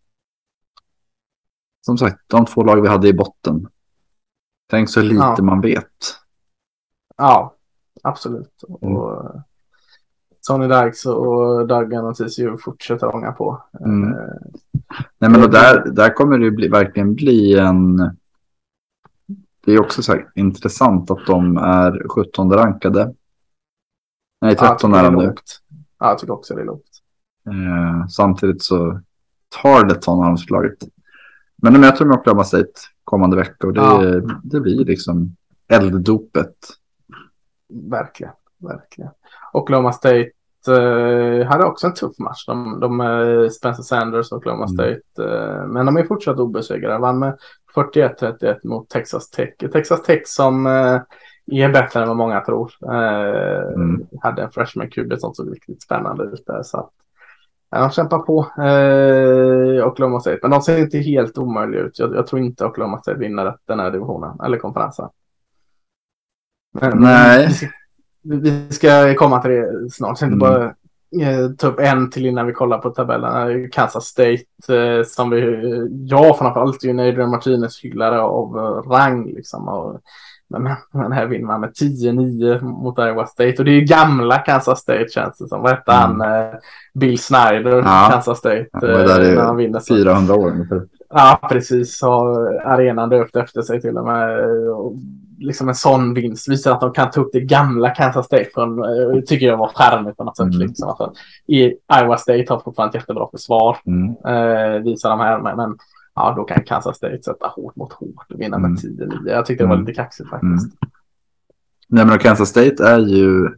som sagt, de två lag vi hade i botten. Tänk så lite ja. man vet. Ja, absolut. Mm. Och Sonny Dykes och Duggan och T C U fortsätter ånga på. Mm. Eh, Nej men och där, där kommer det bli, verkligen bli en... Det är också så här intressant att de är sjuttonde rankade. Nej, tretton ja, är de nu. Ja, jag tycker också det är lågt. Eh, samtidigt så tar det tonarmslaget. Men jag tror de Oklahoma State kommande vecka, och det, ja. det blir liksom elddopet. Verkligen, verkligen. Oklahoma State eh, hade också en tuff match. De, de eh, Spencer Sanders och Oklahoma State. Mm. Eh, men de är fortsatt obesegrade. Vann med fyrtioett trettioett mot Texas Tech. Texas Tech som eh, är bättre än vad många tror. Eh, mm. Hade en freshman Q B som såg riktigt spännande ut där. Så att, ja, de kämpar på eh, Oklahoma State. Men de ser inte helt omöjliga ut. Jag, jag tror inte Oklahoma State vinner den här divisionen. Eller konferensen. Men, Nej. Vi, vi ska komma till det snart. Så mm. inte bara eh, ta upp en till innan vi kollar på tabellen. Kansas State eh, som vi, jag framförallt är ju en Adrian Martinez hyllare av uh, rang liksom. Och, men, men här vinner man med tio nio mot Iowa State. Och det är ju gamla Kansas State känns det som. Vad hette mm. han? Eh, Bill Snyder, ja. Kansas State. Ja, det där är när han vinner fyrahundra år ungefär. Ja, precis. Har arenan döpt efter sig till och med. Och liksom en sån vinst visar att de kan ta upp det gamla Kansas State från, uh, tycker jag var charmigt på något sätt. Mm. Liksom. Alltså, i Iowa State har fortfarande ett jättebra försvar. Mm. Uh, visar de här. Men, men ja, då kan Kansas State sätta hårt mot hårt och vinna med mm. tio nio. Jag tyckte det var lite kaxigt faktiskt. Mm. Nej, men Kansas State är ju...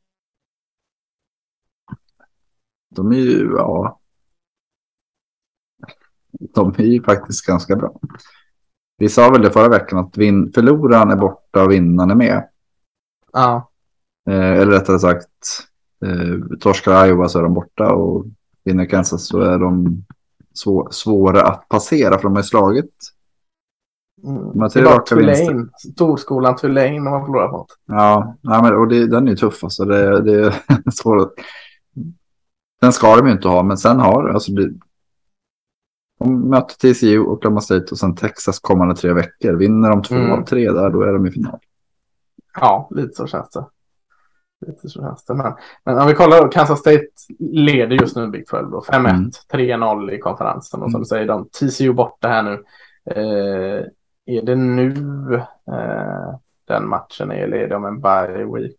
De är ju, ja... De är ju faktiskt ganska bra. Vi sa väl det förra veckan att vin- förloraren är borta och vinnaren är med. Ja. Eh, eller rättare sagt, eh, torskar Iowa så är de borta, och vinner Kansas så är de svår- svåra att passera, för de har slagit. Mm. Det var Tulane, storskolan Tulane när man förlorar på. Ja, nej, men, och det, den är ju tuff. Alltså, det, det är svårt. Den ska de ju inte ha, men sen har alltså det. De möter T C U och Oklahoma State och sen Texas kommande tre veckor. Vinner de två mm. av tre där, då är de i final. Ja, lite så känns det. Lite så känns det. Men, men om vi kollar då, Kansas State leder just nu Big tolv då. fem ett, mm. tre noll i konferensen. Och som du säger, de T C U borta här nu. Eh, är det nu eh, den matchen är, eller är det om en bye week?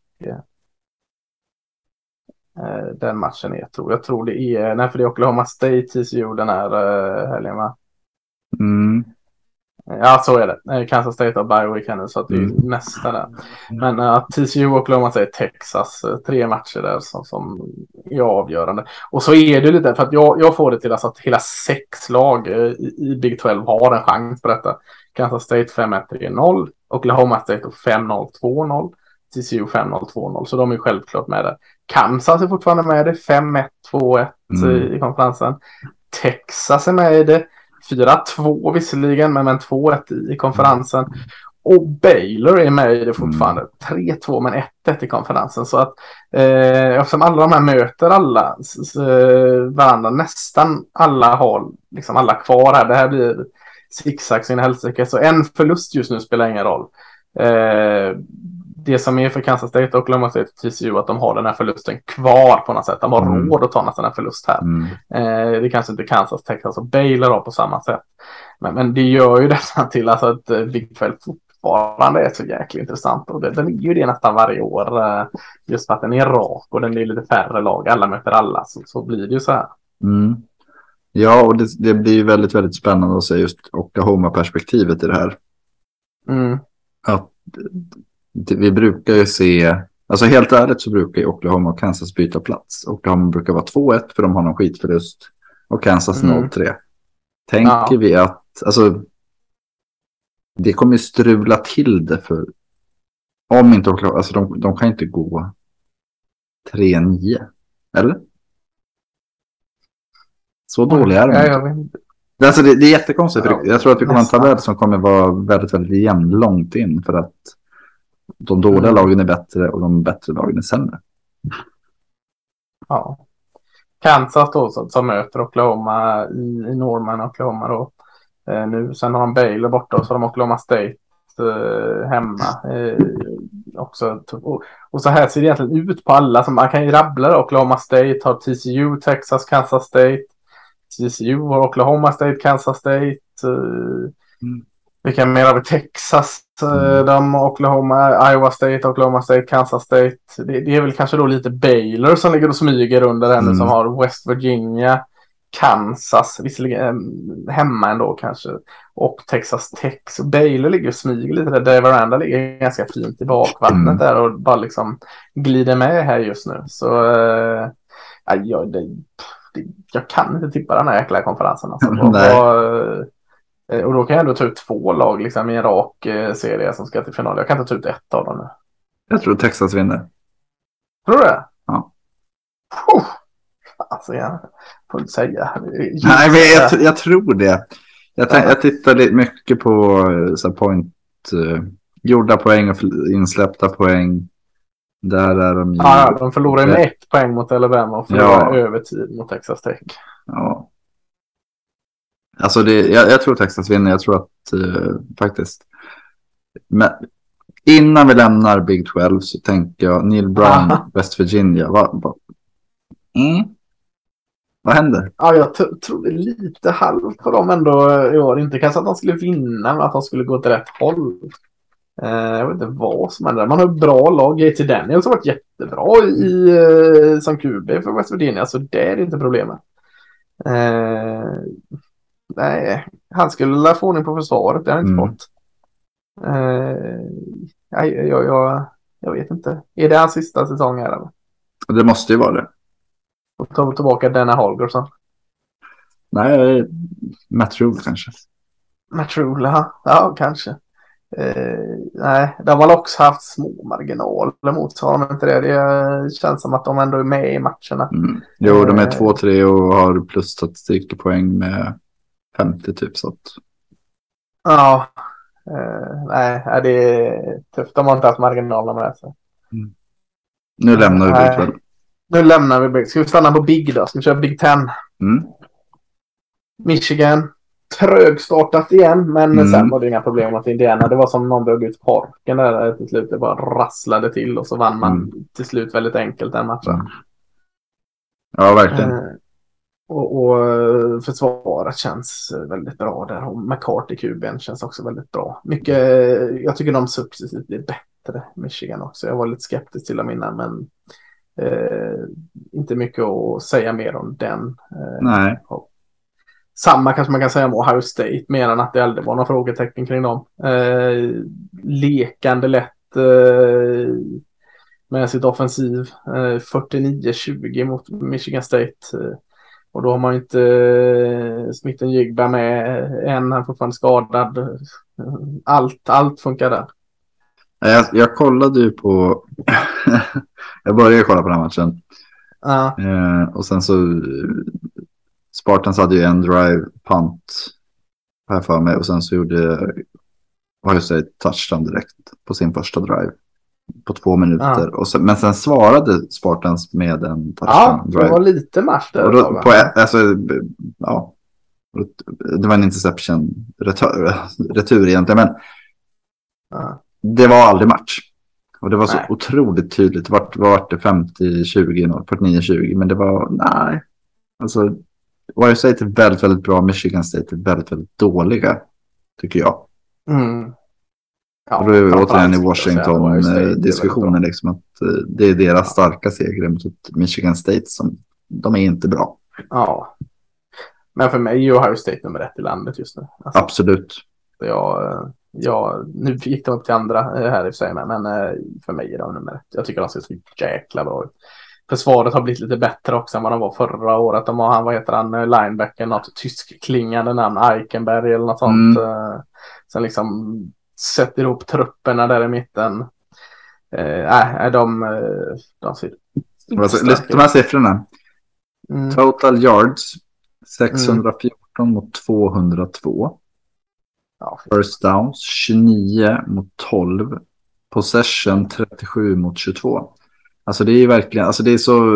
Den matchen är, jag tror, jag tror det är, nej, för det är Oklahoma State T C U den här uh, helgen, va? Mm. Ja, så är det. Kansas State har bye week nu, så att det är mm. nästa där. Men uh, T C U och Oklahoma State Texas, uh, tre matcher där som, som är avgörande. Och så är det lite, för att jag, jag får det till alltså att hela sex lag uh, i, i Big tolv har en chans på detta. Kansas State fem ett tre noll, Oklahoma State fem noll två noll, T C U fem noll två noll, så de är självklart med där. Kansas är fortfarande med det, fem ett två ett mm. i konferensen. Texas är med i det. fyra två visserligen, men, men två ett i konferensen. Och Baylor är med i det fortfarande. Mm. tre två men ett ett i konferensen. Så att eh, eftersom alla de här möter alla så, varandra, nästan alla har liksom alla kvar här. Det här blir zigzag sin helsike. Så en förlust just nu spelar ingen roll. Eh, det som är för Kansas State och Oklahoma State och T C U att de har den här förlusten kvar på något sätt. De har mm. råd att ta nästan en förlust här. Mm. Eh, det kanske inte Kansas, Texas och Baylor har på samma sätt. Men, men det gör ju detta till alltså att uh, Big twelve fortfarande är så jäkla intressant. Och det, den är ju det nästan varje år. Uh, just för att den är rak och den är lite färre lag. Alla möter alla. Så, så blir det ju så här. Mm. Ja, och det, det blir väldigt, väldigt spännande att se just Oklahoma-perspektivet i det här. Mm. Att vi brukar ju se, alltså helt ärligt så brukar ju Oklahoma och Kansas byta plats. Oklahoma brukar vara två ett för de har någon skitförlust och Kansas mm. noll tre. Tänker ja. vi att, alltså det kommer ju strula till det för om inte Oklahoma, alltså de, de kan inte gå tre nio, eller? Så dåliga är de. Ja, jag vet inte. Alltså det, det är jättekonstigt, för ja, jag tror att vi kommer att ha en tabell som kommer vara väldigt, väldigt jämn långt in för att de dåliga mm. lagen är bättre och de bättre lagen är sämre. Ja. Kansas då som, som möter Oklahoma i, i Norman och Oklahoma då. Eh, nu, sen har de Baylor borta och så har de Oklahoma State eh, hemma. Eh, också. Och, och så här ser det egentligen ut på alla. Som man kan ju rabbla det. Oklahoma State har T C U, Texas, Kansas State. T C U har Oklahoma State, Kansas State. Eh, mm. Vi kan mer av Texas, mm. de Oklahoma, Iowa State, Oklahoma State, Kansas State. Det, det är väl kanske då lite Baylor som ligger och smyger under henne mm. som har West Virginia, Kansas, visserligen hemma ändå kanske, och Texas Tech. Så Baylor ligger och smyger lite där. Dave Aranda ligger ganska fint i bakvattnet mm. där och bara liksom glider med här just nu. Så äh, jag, det, det, jag kan inte tippa den här jäkla konferensen. Alltså. Nej. Och, och då kan jag ändå ta ut två lag liksom, i en rak eh, serie som ska till final. Jag kan inte ta ut ett av dem nu. Jag tror Texas vinner. Tror du det? Ja. Oh, alltså jag får inte säga. Nej, men jag, jag tror det. Jag, tänk, jag tittade mycket på så point, uh, gjorda poäng och insläppta poäng. Där är de ju... Ja, de förlorar med ett poäng mot Alabama och förlorar ja. övertid mot Texas Tech. Ja. Alltså det, jag, jag tror Texas vinner. Jag tror att uh, faktiskt. Men innan vi lämnar Big twelve så tänker jag Neil Brown, West Virginia. Va, va? Mm. Vad händer? Ja, jag t- tror det är lite halvt för dem ändå i år. Inte kanske att de skulle vinna, men att de skulle gå till rätt håll. Uh, jag vet inte vad som händer. Man har ett bra lag. J T Daniels har varit jättebra i, uh, som Q B för West Virginia. Så det är inte problemet. Uh, nej, han skulle lära få ordning på försvaret. Det har han inte mm. fått. Uh, jag, jag, jag, jag vet inte. Är det hans sista säsong här? Eller? Det måste ju vara det. Och ta tillbaka Dana Holgerson. Nej, Matt Rule kanske. Matt Rule, ja, ja kanske. Uh, nej, de har väl också haft små marginaler mot så har de inte det. Det känns som att de ändå är med i matcherna. Mm. Jo, de är två tre och har plusstatistik och poäng med femtio typ så att... Ja, uh, nej, det är tufft. De har inte haft marginaler med det. Så. Mm. Nu lämnar vi Big twelve. Nu lämnar vi Big. Ska vi stanna på Big då? Ska vi köra Big ten? Mm. Michigan. Trögstartat igen, men mm. sen var det inga problem att Indiana. Det var som någon drog ut parken där till slut. Det bara rasslade till och så vann man mm. till slut väldigt enkelt den matchen. Mm. Ja, verkligen. Eh, och, och försvaret känns väldigt bra där. Och McCarthy Q B:n känns också väldigt bra. Mycket, jag tycker de successivt blir bättre, Michigan också. Jag var lite skeptisk till dem innan, men eh, inte mycket att säga mer om den. Eh, Nej. Och, samma kanske man kan säga om Ohio State, mer än att det aldrig var några frågetecken kring dem. Eh, lekande lätt eh, med sitt offensiv. Eh, fyrtionio tjugo mot Michigan State. Eh, och då har man inte eh, Smith Jigba med än, han är fortfarande skadad. Allt, allt funkar där. Jag, jag kollade ju på... jag började kolla på den här matchen. Uh. Eh, och sen så... Spartans hade ju en drive punt Har jag för mig. Och sen så gjorde Ohio State touchdown direkt på sin första drive. På två minuter. Ja. Och sen, men sen svarade Spartans med en touchdown drive. Ja, det var lite match där. Och då, på, alltså, ja, det var en interception retur, retur egentligen. Men ja. Det var aldrig match. Och det var så nej. Otroligt tydligt. Vart var det femtio tjugo, fyrtionio tjugo. Men det var, nej. Alltså, Ohio State är väldigt, väldigt bra. Michigan State är väldigt, väldigt dåliga. Tycker jag. Mm. Ja, och då är vi återigen i Washington-diskussionen. Liksom, att det är deras ja. starka seger mot Michigan State som de är inte bra. Ja. Men för mig är Ohio State nummer ett i landet just nu. Alltså, absolut. Jag, jag, nu gick de upp till andra här i sig, men för mig är de nummer ett. Jag tycker de ser så jäkla bra ut. Försvaret har blivit lite bättre också än vad de var förra året. De har, han, vad heter han, linebacker, något tyskklingande namn, Eichenberg eller något sånt. Mm. Sen liksom sätter ihop trupperna där i mitten. Nej, äh, de, de ser alltså, de här siffrorna. Mm. Total yards sexhundrafjorton mm. mot tvåhundratvå. Ja, first downs tjugonio mot tolv. Possession trettiosju mot tjugotvå. Alltså det är ju verkligen, alltså det är så,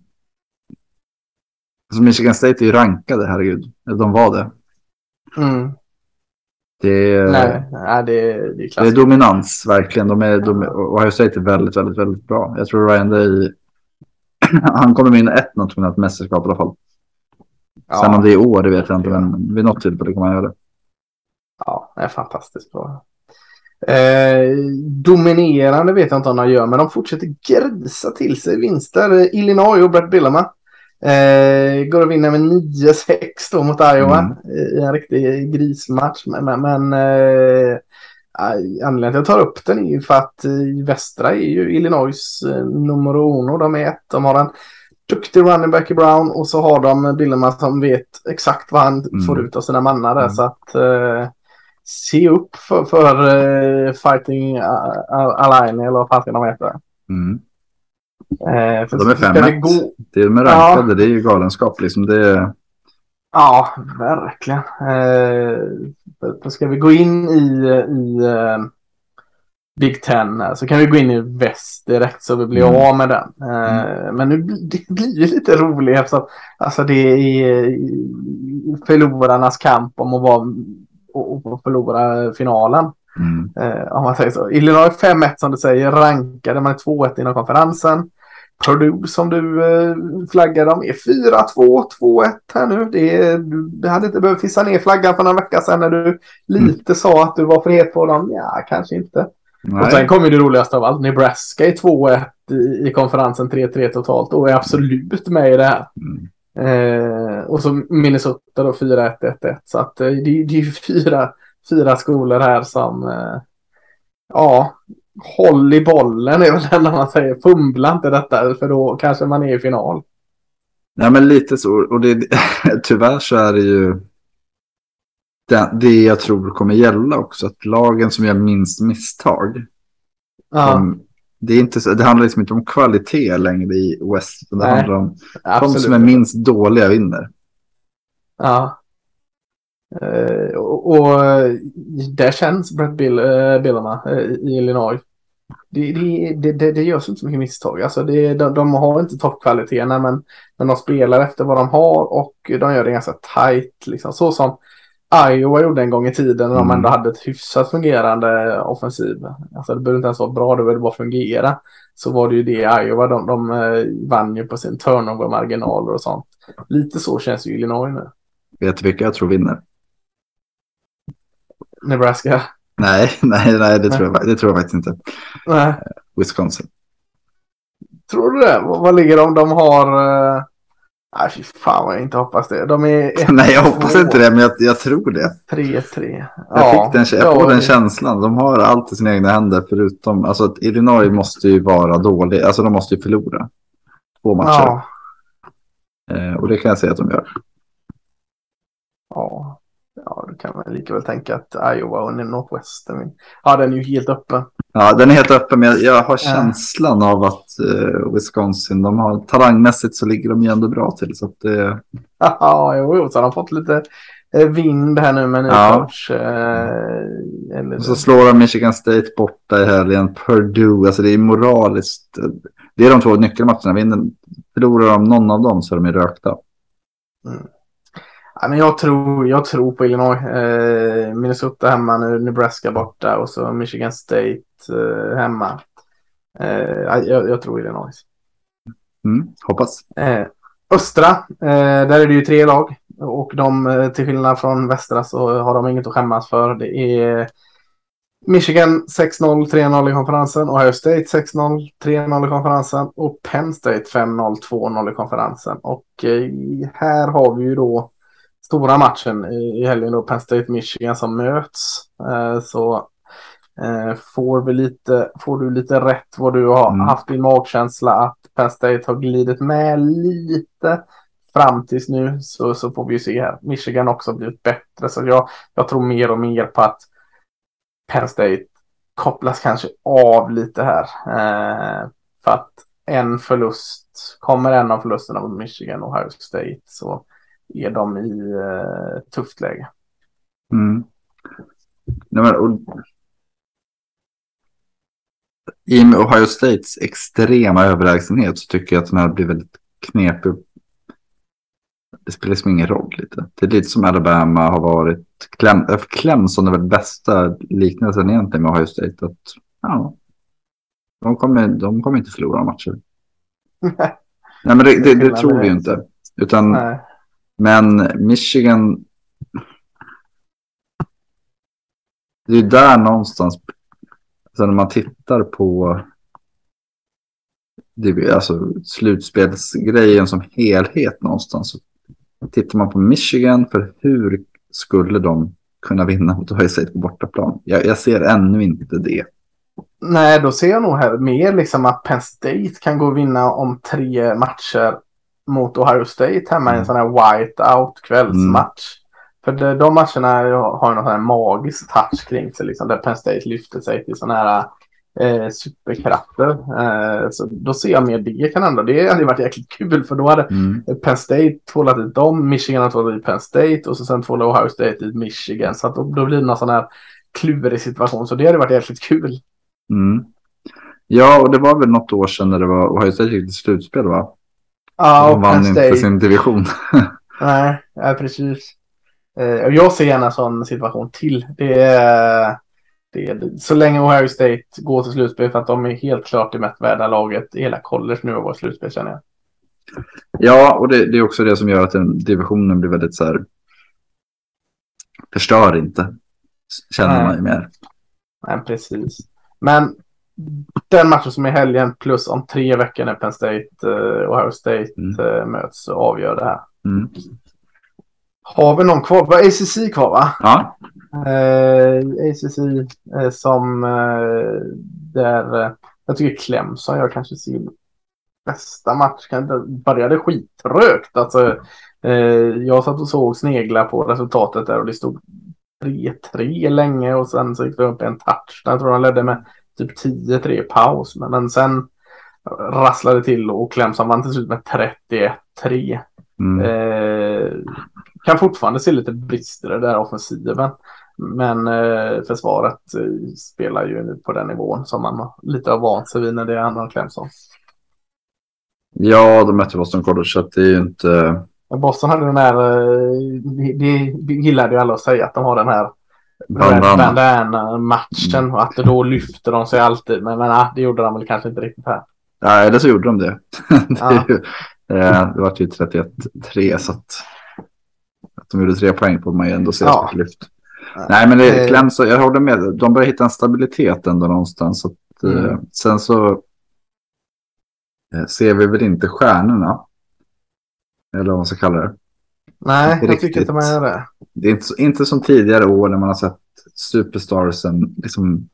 alltså Michigan State är ju rankade, herregud. De var det. Mm. Det är, nej, nej, det är, det är, det är dominans, verkligen. De är, de, och Ohio State är väldigt, väldigt, väldigt bra. Jag tror Ryan Day, han kommer vinna ett nationellt mästerskap i alla fall. Ja. Sen om det är i år, det vet jag inte, men vid något tillfälle kommer han göra det. Ja, det är fantastiskt bra. Eh, dominerande vet jag inte om de gör, men de fortsätter grisa till sig vinster. Illinois och Brett Bielema eh, går och vinner med nio sex då mot Iowa mm. i en riktig grismatch. Men, men eh, anledningen till att jag tar upp den är ju för att i västra är ju Illinois eh, nummer uno. De är ett, de har en duktig running back i Brown och så har de Bielema som vet exakt vad han mm. får ut av sina mannar där, mm. så att eh, se upp för, för uh, Fighting Alliance eller vad fan ska de heta. Mm. Eh, för de är fem gå... Det är de är rankade, ja. Det är ju galenskap liksom. Det är... Ja, verkligen. Eh, ska vi gå in i, i uh, Big Ten så kan vi gå in i väst direkt så vi blir mm. av med den. Eh, mm. Men nu det blir ju lite roligt eftersom alltså det är förlorarnas kamp om att vara och förlora finalen. Mm. Eh, om man säger så. Illinois fem ett som du säger, rankade, man är två ett inom konferensen. Purdue som du eh, flaggar dem är fyra två, två ett här nu. Det, är, du hade inte behövt hissa ner flaggan för några vecka sedan när du lite mm. sa att du var för het på dem. Ja, kanske inte. Nej. Och sen kommer det roligaste av allt. Nebraska är två ett i, i konferensen, tre tre totalt och är absolut med i det här. Mm. Eh, och så Minnesota då fyra ett ett ett. Så att eh, det, det är ju fyra, fyra skolor här som eh, ja, håll i bollen är väl den när man säger, fumbla inte detta för då kanske man är i final. Nej men lite så, och det, tyvärr så är det ju det, det jag tror kommer gälla också, att lagen som gör minst misstag ja. de, Det, är inte så, det handlar liksom inte om kvalitet längre i West. Det Nej, handlar om de som är minst dåliga vinner. Ja. Uh, och, och där känns Brett Bill, uh, Bielema uh, i Illinois. Det, det, det, det görs inte så mycket misstag. Alltså det, de, de har inte toppkvaliteterna men, men de spelar efter vad de har och de gör det ganska tight. Liksom. Så som Iowa gjorde en gång i tiden när de ändå hade ett hyfsat fungerande offensiv. Alltså det behöver inte ens vara bra, det behöver bara fungera. Så var det ju det i Iowa, de, de vann ju på sin turnover-marginaler och sånt. Lite så känns ju Illinois nu. Vet du vilka jag tror vinner? Nebraska? Nej, nej, nej det, tror jag, det tror jag faktiskt inte. Nej. Wisconsin. Tror du det? Vad ligger de? De har... Nej, fy fan vad jag inte hoppas det. De är ett, Nej, jag hoppas två, inte det, men jag, jag tror det. tre tre. Jag, ja, fick den, jag får den känslan. De har allt i sina egna händer förutom... Alltså att Illinois måste ju vara dålig. Alltså de måste ju förlora. Två matcher. Ja. Eh, och det kan jag säga att de gör. Ja. Ja, då kan man lika väl tänka att Iowa och Northwestern... Ja, den är ju helt öppen. Ja, den är helt öppen, men jag, jag har känslan ja. av att uh, Wisconsin, de har talangmässigt så ligger de ju ändå bra till. Så att det... Ja, jo, jo, så har de fått lite vind här nu med ny ja. coach. Eh, eller och så slår de Michigan State borta i helgen. Purdue, alltså det är moraliskt. Det är de två nyckelmatcherna. Vinner, förlorar de någon av dem så är de rökta. Mm. Ja, men jag tror, jag tror på Illinois. Eh, Minnesota hemma nu, Nebraska borta och så Michigan State eh, hemma. Eh, jag, jag tror Illinois. Mm, hoppas. Eh, östra, eh, där är det ju tre lag. Och de, eh, till skillnad från västra så har de inget att skämmas för. Det är Michigan sex noll, tre noll i konferensen. Ohio State sex noll, tre noll i konferensen. Och Penn State fem noll, två noll i konferensen. Och eh, här har vi ju då stora matchen i helgen då, Penn State Michigan som möts. Eh, så eh, får, vi lite, får du lite rätt vad du har mm. haft din magkänsla att Penn State har glidit med lite fram tills nu, så, så får vi ju se här. Michigan också blivit bättre, så jag, jag tror mer och mer på att Penn State kopplas kanske av lite här. Eh, för att en förlust, kommer en av förlusterna mot Michigan och Ohio State, så är de i eh, tufft läge. Mm. Nej, men, och, i med Ohio States extrema överlägsenhet så tycker jag att den här blir väldigt knepig. Det spelar liksom ingen roll lite. Det är lite som Alabama har varit. Clem, Clemson är väl bästa liknelsen egentligen med Ohio State. Att, ja, de, kommer, de kommer inte förlora matcher. Nej, men det, det, det tror vi ju inte. Utan, nej. Men Michigan, det är där någonstans, alltså när man tittar på det, alltså slutspelsgrejen som helhet någonstans, så tittar man på Michigan, för hur skulle de kunna vinna mot Ohio State på bortaplan? Jag, jag ser ännu inte det. Nej, då ser jag nog här mer liksom att Penn State kan gå och vinna om tre matcher mot Ohio State hemma i mm. en sån här whiteout kvällsmatch. Mm. För de, de matcherna har ju någon sån här magisk touch kring sig liksom, där Penn State lyfter sig till såna här eh, superkrafter. Eh, så då ser jag mer det kan ändå. Det hade varit jäkligt kul, för då hade mm. Penn State tvålat ut dem, Michigan hade tvålat ut Penn State och så sen tvålade Ohio State ut Michigan. Så att då, då blir det någon sån här klurig situation. Så det hade varit jäkligt kul. Mm. Ja, och det var väl något år sedan när det var Ohio State gick till slutspel, va? Ja, de vann inte sin division. Nej, ja, precis. Eh, jag ser gärna en sån situation till. Det är, det är, så länge Ohio State går till slutspel, för att de är helt klart det mest värda laget i hela college nu av vår slutspel, känner jag. Ja, och det, det är också det som gör att den divisionen blir väldigt så här, förstör inte, känner Nej. man ju mer. Nej, precis. Men den matchen som är helgen plus om tre veckor när Penn State och Ohio State mm. uh, möts och avgör det här. Mm. Har vi någon kvar? Var A C C kvar, va? Ja. Uh, A C C uh, som uh, där uh, jag tycker Clemson gör kanske sin bästa match. Det började skittrögt. Alltså, uh, jag satt och såg snegla på resultatet där och det stod tre tre länge och sen så gick det upp en touch. Jag tror de ledde med typ tio tre paus, men, men sen rasslade till och Clemson vann till slut med trettioett tre. Mm. Eh, kan fortfarande se lite brister där offensiven, men eh, försvaret eh, spelar ju nu på den nivån som man lite har vant sig vid när det är andra Clemson. Ja, de mötte Boston College, så att det är ju inte... Boston hade den här, det gillade ju alla att säga att de har den här bandana-matchen och att då lyfter de sig alltid, men, men ah, det gjorde de väl kanske inte riktigt här. Nej, eller så gjorde de det. det, ja. ju, eh, det var ju trettioett tre, så att, att de gjorde tre poäng på mig ändå ser ja. ett lyft. Ja. Nej, men det kläms, jag håller med, de börjar hitta en stabilitet ändå någonstans, så att, mm. eh, sen så eh, ser vi väl inte stjärnorna, eller vad man ska kalla det. Nej, inte jag riktigt. Tycker inte man gör det. Det är inte, inte som tidigare år när man har sett superstarsen liksom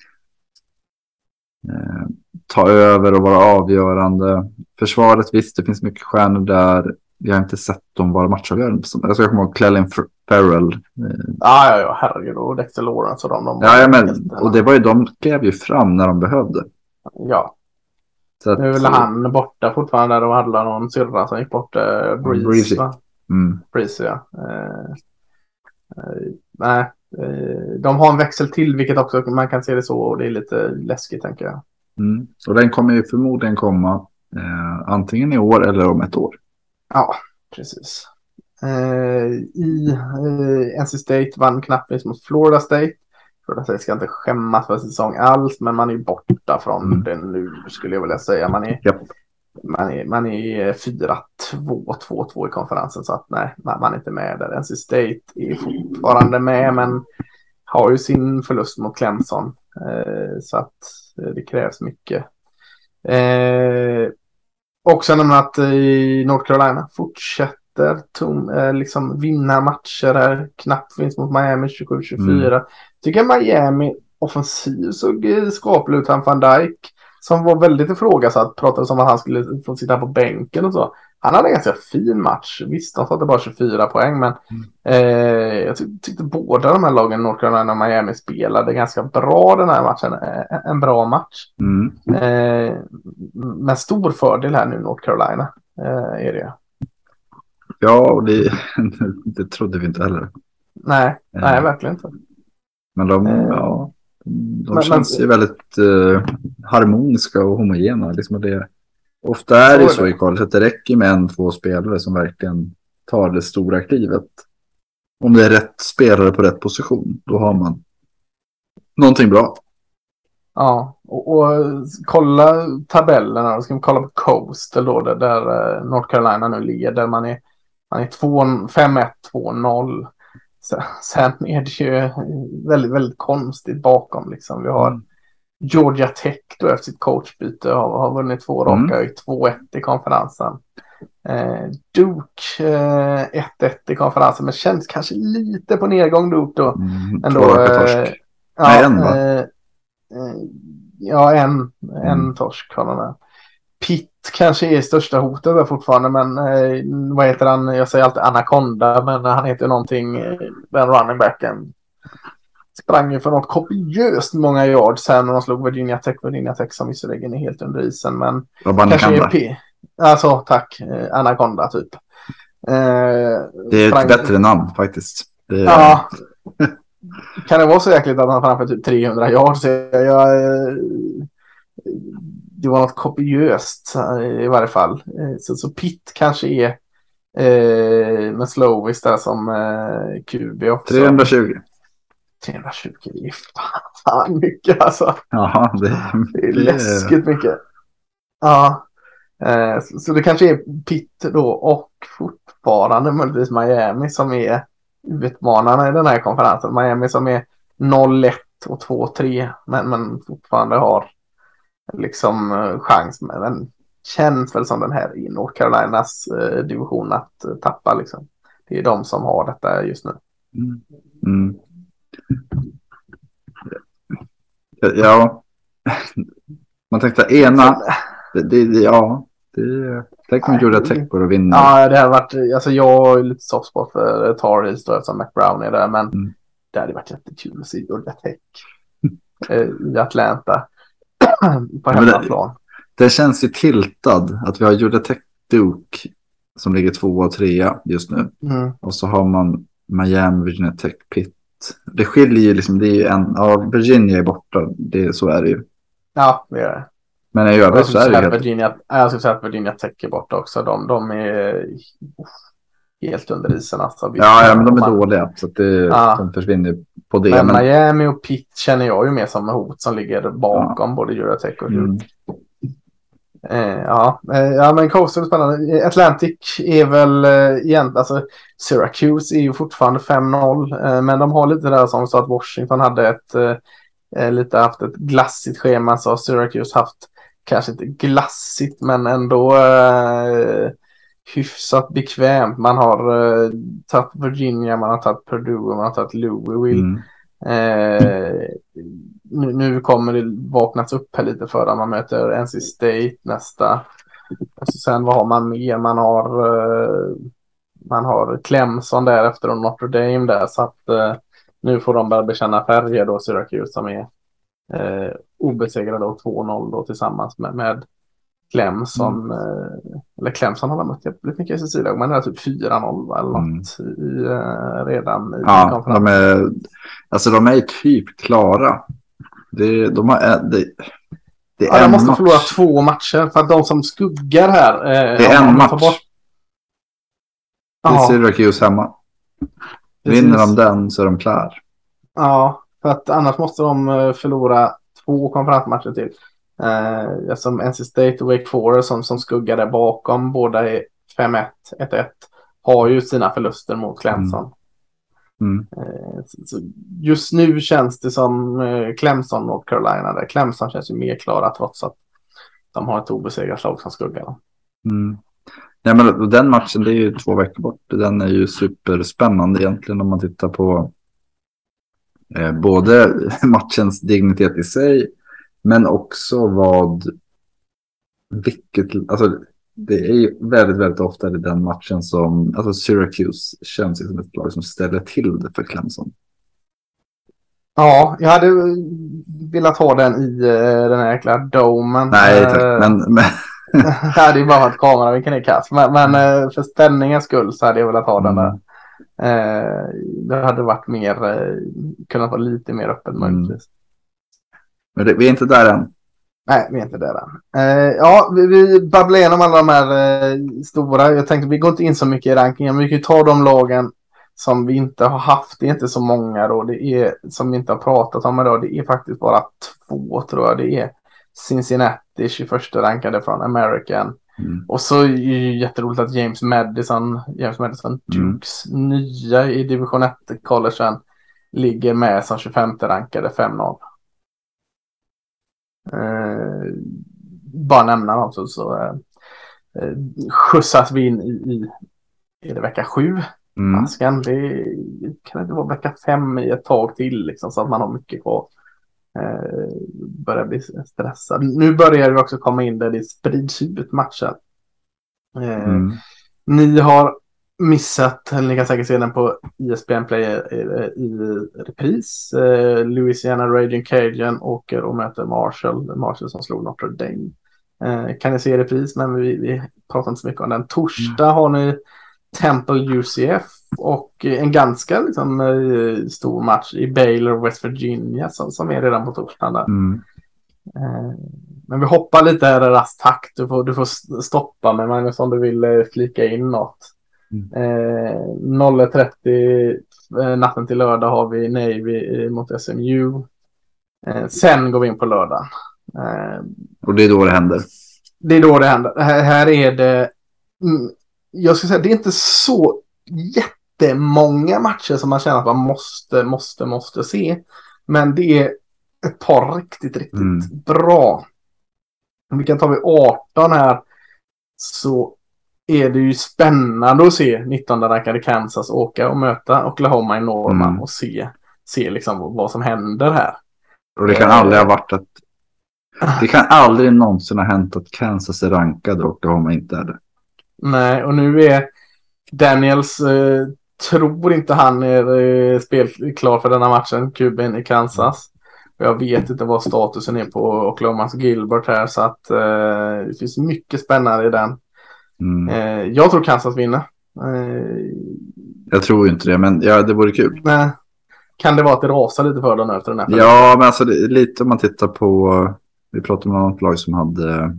eh, ta över och vara avgörande. Försvaret, visst, det finns mycket stjärnor där. Vi har inte sett dem vara matchavgörande. Jag ska komma ihåg Clelin Ferrell. Ja, ja, ja, herregud. Och Dexter Lawrence och de. de ja, ja, men, och det var ju, de klev ju fram när de behövde. Ja. Att, nu är väl han borta fortfarande där och hade någon syrra som gick bort. Uh, Breeze, va? Mm. Breeze, ja. Uh, Nej, de har en växel till, vilket också man kan se det så, och det är lite läskigt, tänker jag. Mm. Och den kommer ju förmodligen komma eh, antingen i år eller om ett år. Ja, precis. Eh, I eh, N C State vann knappast mot Florida State. Florida State ska inte skämmas för säsong alls, men man är borta från mm. den nu, skulle jag vilja säga. Man är, yep. man är, man är fyra två två två i konferensen, så att nej, man, man är inte med där. N C State är fortfarande med, men har ju sin förlust mot Clemson. Eh, så att det krävs mycket. Eh, också nämna att i North Carolina fortsätter tom, eh, liksom vinna matcher här. Knappt vinst mot Miami tjugosju tjugofyra. Mm. Tycker Miami offensiv såg skaplig ut. Han Van Dijk, som var väldigt ifrågasatt, pratade som att han skulle få sitta på bänken och så. Han hade en ganska fin match. Visst, han satte bara tjugofyra poäng, men mm. eh, jag ty- tyckte båda de här lagen, North Carolina och Miami, spelade ganska bra den här matchen. Eh, en bra match. Mm. Eh, med stor fördel här nu, North Carolina, eh, är det. Ja, det, det trodde vi inte heller. Nej, eh. nej verkligen inte. Men de, eh. ja, de men, känns men, ju väldigt eh, harmoniska och homogena. Liksom det, ofta är det så, så i college att det räcker med en, två spelare som verkligen tar det stora klivet. Om det är rätt spelare på rätt position, då har man någonting bra. Ja, och, och kolla tabellerna. Då ska vi kolla på Coastal då, där, där North Carolina nu ligger. Där man är, man är fem ett två noll. Sen är det ju väldigt, väldigt konstigt bakom. Liksom. Vi har mm. Georgia Tech då, efter sitt coachbyte har, har vunnit två raka mm. i två ett i konferensen. Eh, Duke eh, ett ett i konferensen, men känns kanske lite på nedgång Duke då. Mm, ändå, eh, ja, Nej, en va? Eh, ja, en, en mm. torsk har de med. Pitt kanske är största hotet där fortfarande, men eh, vad heter han? Jag säger alltid Anaconda, men han heter någonting, den running backen. Sprang ju för något kopiöst många yards sen när de slog Virginia Tech. Virginia Tech som visserligen är helt under isen, men kanske är P. Alltså, tack. Eh, Anaconda typ. Eh, det är sprang... ett bättre namn faktiskt. Det är... Ja. Kan det vara så jäkligt att han framför typ trehundra yards? Jag, jag, det var något kopiöst i varje fall. Så, så Pitt kanske är eh, med Slovis där som eh, Q B också. trehundratjugo. trehundratjugo är fan, fan mycket alltså. Jaha, det, det är läskigt mycket. Ja. Eh, så, så det kanske är Pitt då och fortfarande möjligtvis Miami som är utmanarna i den här konferensen. Miami som är noll ett och två tre, men, men fortfarande har liksom chans. Men känns väl som den här i North Carolinas eh, division att eh, tappa liksom. Det är de som har detta just nu. Mm. Mm. Ja, man tänkte ena det, det, ja det, tänk om Georgia Tech går och vinner. Ja, det har varit, alltså jag är lite soft spot för Tar Heels då, eftersom McBrown är där, men mm. det hade varit jättekul att se Georgia Tech i Atlanta på hemmaplan. Det, det känns ju tiltad att vi har Georgia Tech Duke som ligger två och trea just nu. Mm. Och så har man Miami, Virginia Tech, Pitt. Det skiljer ju liksom, det är ju en, ja, Virginia är borta, det, så är det ju. Ja, det är det. Men i övrigt så är det helt... Virginia, jag skulle säga att Virginia Tech är borta också. De, de är helt under isen. Alltså. Ja, ja, men de är man... dåliga. Så att det, ja. De försvinner på det. Men, men Miami och Pitt känner jag ju mer som hot som ligger bakom ja. Både Georgia Tech och Duke. Mm. Eh, ja. Eh, ja, men Coastal är spännande. Atlantic är väl eh, igen, alltså Syracuse är ju fortfarande fem noll. Eh, men de har lite där som så att Washington hade ett eh, lite haft ett glassigt schema, så Syracuse haft kanske inte glassigt, men ändå eh, hyfsat bekvämt. Man har eh, tagit Virginia, man har tagit Purdue, man har tagit Louisville. Mm. Eh, nu, nu kommer det vaknas upp här lite för att man möter N C State nästa. Och så sen vad har man mer? Man har eh, man har Clemson därefter och Notre Dame där, så att eh, nu får de börja bekänna färger då, Syracuse som är eh, obesegrade och två noll då tillsammans med, med Clemson, mm. eller Clemson har mött jävligt mycket S E C-lag, men det är typ fyra noll eller något mm. i, uh, redan i ja, konferensen. De är, alltså de är typ klara. Det, de har, det, det är ja, en de måste match. förlora två matcher för att de som skuggar här. Uh, det är en match. Bort... Det är Syracuse hemma. Precis. Vinner de den så är de klar. Ja, för att annars måste de förlora två konferensmatcher till. Eh, som N C State och Wake Forest som, som skuggar där bakom. Båda är fem ett, ett ett. Har ju sina förluster mot Clemson. Mm. Eh, så, så just nu känns det som eh, Clemson och Carolina. Där. Clemson känns ju mer klara trots att de har ett obesegrat lag som skuggar dem. Mm. Ja, men den matchen, det är ju två veckor bort. Den är ju superspännande egentligen om man tittar på eh, både matchens dignitet i sig, men också vad vilket, alltså det är ju väldigt, väldigt ofta i den matchen som, alltså Syracuse känns som ett lag som ställer till det för Clemson. Ja, jag hade velat ha den i uh, den här jäkla domen. Nej, tack. Uh, men... men... ja, det är bara att kameran vilken är kass. Men, men uh, för ställningens skull så hade jag velat ha mm. den där. Uh, det hade varit mer, uh, kunnat vara lite mer öppet möjligtvis. Mm. Men det, vi är inte där än. Nej, vi är inte där än. Uh, ja, vi, vi babblar igenom alla de här uh, stora. Jag tänkte vi går inte in så mycket i rankingen. Men vi kan ju ta de lagen som vi inte har haft. Det är inte så många då. Det är som vi inte har pratat om idag. Det är faktiskt bara två tror jag. Det är Cincinnati, tjugoförsta rankade från American. Mm. Och så är det ju jätteroligt att James Madison, James Madison Dukes mm. nya i division ett-collegen ligger med som tjugofemte rankade fem noll. Eh, bara nämna dem så, så eh, skjutsas vi in i, i är det vecka sju. Mm. Askan, det kan inte vara vecka fem i ett tag till liksom, så att man har mycket kvar. Eh, börjar bli stressad. Nu börjar vi också komma in där det sprids ut matcher. Eh, mm. Ni har missat, eller ni kan säkert se den på E S P N Play i, i repris. Eh, Louisiana Raging Cajun åker och möter Marshall. Marshall som slog Notre Dame. Eh, kan ni se repris, men vi, vi pratar inte så mycket om den. Torsdag mm. har ni Temple U C F och en ganska liksom, stor match i Baylor, West Virginia som, som är redan på torsdagen där. Mm. Eh, men vi hoppar lite här i rast takt. Du får, du får stoppa mig Magnus om du vill flika in något. Mm. Eh, noll ett trettio eh, natten till lördag har vi Navy mot S M U. Eh, sen går vi in på lördag. Eh, och det är då det händer. Det är då det händer. Här, här är det... Mm, jag ska säga, det är inte så jättemånga matcher som man känner att man måste, måste, måste se. Men det är ett par riktigt, riktigt mm. bra. Om vi kan ta vid arton här så är det ju spännande att se nittonde rankade Kansas åka och möta Oklahoma i Norman mm. och se, se liksom vad som händer här. Och det kan eh, aldrig ha varit att det kan aldrig någonsin ha hänt att Kansas är rankade och Oklahoma inte är det. Nej, och nu är Daniels eh, tror inte han är eh, spelklar för denna matchen, kuben i Kansas. Jag vet inte vad statusen är på Oklahomas Gilbert här, så att eh, det finns mycket spännande i den. Mm. Eh, jag tror Kansas vinner. Eh, jag tror inte det, men ja, det vore kul. Nej. Kan det vara att det rasar lite för dem efter den här? Ja, men alltså det, lite om man tittar på, vi pratade om något lag som hade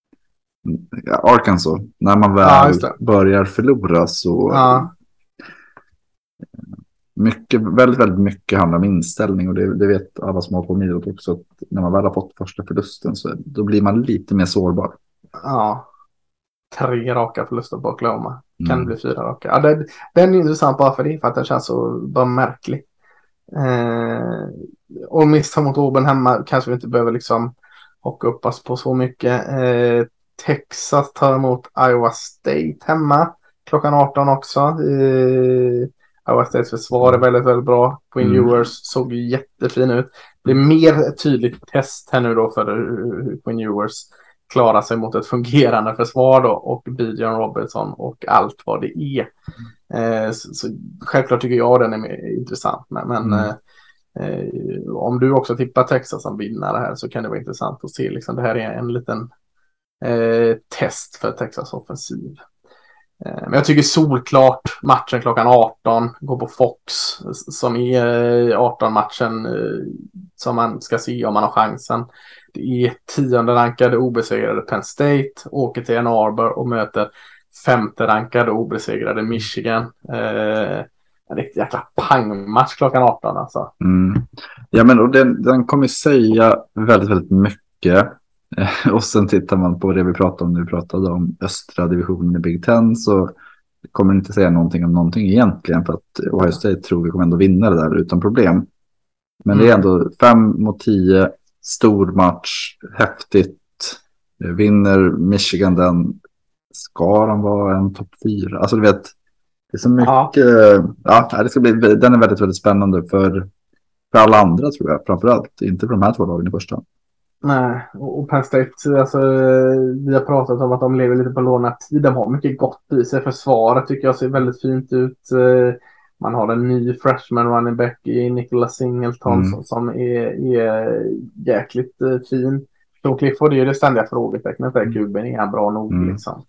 ja, Arkansas. När man väl ja, börjar förlora så ja. mycket, väldigt, väldigt mycket handlar om inställning, och det, det vet alla som har på middag också, att när man väl har fått första förlusten så då blir man lite mer sårbar. Ja. Tre raka förluster på Oklahoma. Kan mm. bli fyra raka. Ja, det, den är intressant bara för det, för att den känns så bara märklig. Eh, och missa mot Auburn hemma kanske vi inte behöver liksom hocka upp oss på så mycket. Eh, Texas tar emot Iowa State hemma klockan arton också. Eh, Iowa States försvar är väldigt, väldigt bra. Quinn mm. Ewers såg jättefin ut. Det är mer ett tydligt test här nu då för hur Quinn Ewers klarar sig mot ett fungerande försvar då, och Bijan Robertson och allt vad det är. Eh, så, så självklart tycker jag den är mer intressant, men, men mm. eh, om du också tippar Texas som vinnare här så kan det vara intressant att se liksom, det här är en liten eh, test för Texas offensiv. Eh, men jag tycker solklart matchen klockan arton går på Fox som är arton-matchen eh, som man ska se om man har chansen. Det är tionde rankade obesegrade Penn State, åker till Ann Arbor och möter femte rankade obesegrade Michigan. Eh, en riktigt jäkla pangmatch klockan arton alltså. Mm. Ja, men och den, den kommer säga väldigt, väldigt mycket. Och sen tittar man på det vi pratade om när vi pratade om östra divisionen i Big Ten, så kommer inte säga någonting om någonting egentligen, för att Ohio State tror vi kommer ändå vinna det där utan problem. Men mm. det är ändå fem mot tio, stor match, häftigt. Vinner Michigan den, ska de vara en topp fyra? Alltså du vet, det är så mycket. Ja, ja det ska bli, den är väldigt, väldigt spännande för, för alla andra tror jag, framförallt. Inte för de här två lagen i första. Nej, och Penn State, alltså, vi har pratat om att de lever lite på lånad tid. De har mycket gott i sig. Försvaret tycker jag ser väldigt fint ut. Man har en ny freshman running back i Nicholas Singleton mm. som, som är, är jäkligt fin. Sean Clifford är ju det ständiga frågetecknet där. Kuben är han bra nog mm. liksom.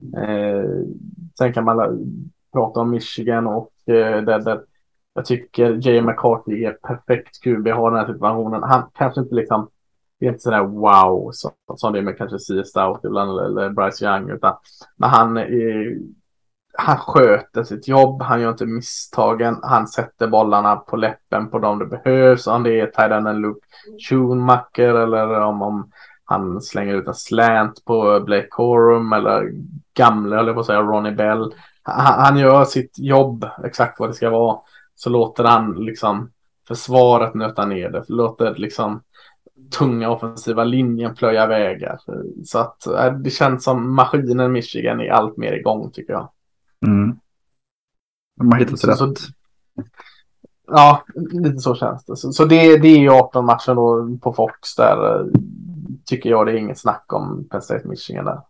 Eh, sen kan man prata om Michigan och eh, där, där jag tycker J. McCarthy är perfekt Q B, har den här situationen. Han kanske inte liksom, det är inte sådär wow så, som det är med kanske C S Stout ibland eller, eller Bryce Young, utan men han är, han sköter sitt jobb, han gör inte misstagen, han sätter bollarna på läppen på dem det behövs, om det är Tyden Luke Schumacher eller om, om han slänger ut en slant på Blake Corum eller gamla, eller på att säga Ronnie Bell. Han, han gör sitt jobb exakt vad det ska vara, så låter han liksom försvaret nöta ner det, låter liksom tunga offensiva linjen plöja vägar, så att äh, det känns som maskinen Michigan är allt mer igång tycker jag. Mm. De har hittat så, rätt. Så, ja, lite så känns det. Så, så det, det är ju arton matchen då på Fox där, tycker jag det är inget snack om Penn State Michigan där.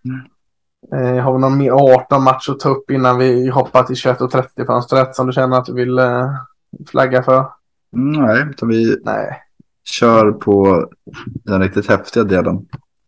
Mm. Eh, har vi någon mer arton match att ta upp innan vi hoppar till tjugoett och trettio fönstret som du känner att du vill eh, flagga för? Mm, nej, utan vi nej. kör på den riktigt häftiga delen.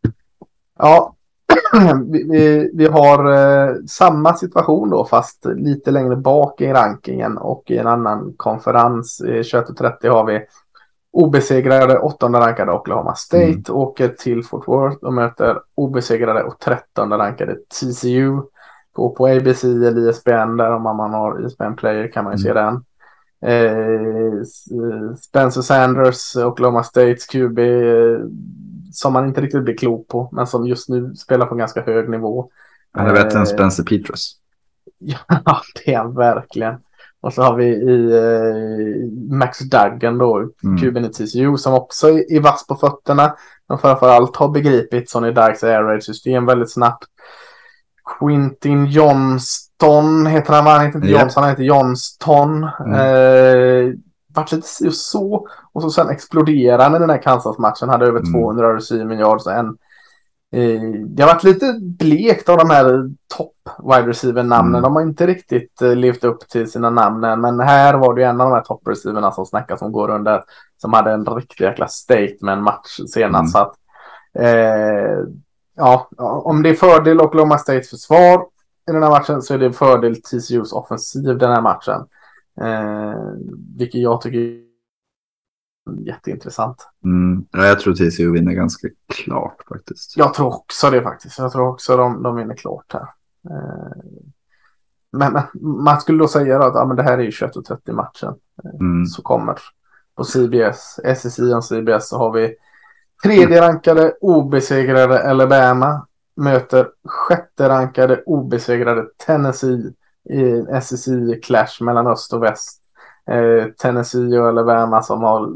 Ja, vi, vi, vi har eh, samma situation då, fast lite längre bak i rankingen och i en annan konferens. I tjugoett och trettio har vi obesegrade åttonde rankade Oklahoma State, mm. åker till Fort Worth och möter obesegrade och trettonde rankade T C U. Går på A B C eller E S P N där, om man har E S P N Player kan man ju mm. se den. Eh, Spencer Sanders, Oklahoma States Q B, eh, som man inte riktigt blir klok på, men som just nu spelar på ganska hög nivå. Han är bättre än Spencer Petras. Ja, det är han verkligen. Och så har vi i eh, Max Duggan då, mm. Q B:n i T C U, som också är, är vass på fötterna. Men framförallt har begripit Sonny Dykes air raid system väldigt snabbt. Quintin Johnston heter han, han heter inte yeah. Johnson, han heter Johnston. Mm. Eh, vart lite så. Och så sen exploderade han i den här Kansas-matchen. Hade över mm. tvåhundra receiving yards. En, eh, det har varit lite blekt av de här topp wide receiver-namnen. Mm. De har inte riktigt eh, levt upp till sina namn. Men här var det ju en av de här topp-receiverna som snackas som går under. Som hade en riktig jäkla statement-match senast. Mm. Så att, eh, ja, om det är fördel Oklahoma States försvar i den här matchen, så är det fördel T C U:s offensiv den här matchen. Eh, vilket jag tycker är jätteintressant. Mm. Ja, jag tror T C U vinner ganska klart faktiskt. Jag tror också det faktiskt. Jag tror också de, de vinner klart här. Eh, men, men man skulle då säga att ja, men det här är ju tjugoett och trettio matchen. Eh, mm. Så kommer på C B S, S E C och C B S, så har vi tredje rankade obesegrade Alabama möter sjätte rankade obesegrade Tennessee i en S E C-clash mellan öst och väst. Eh, Tennessee och Alabama som har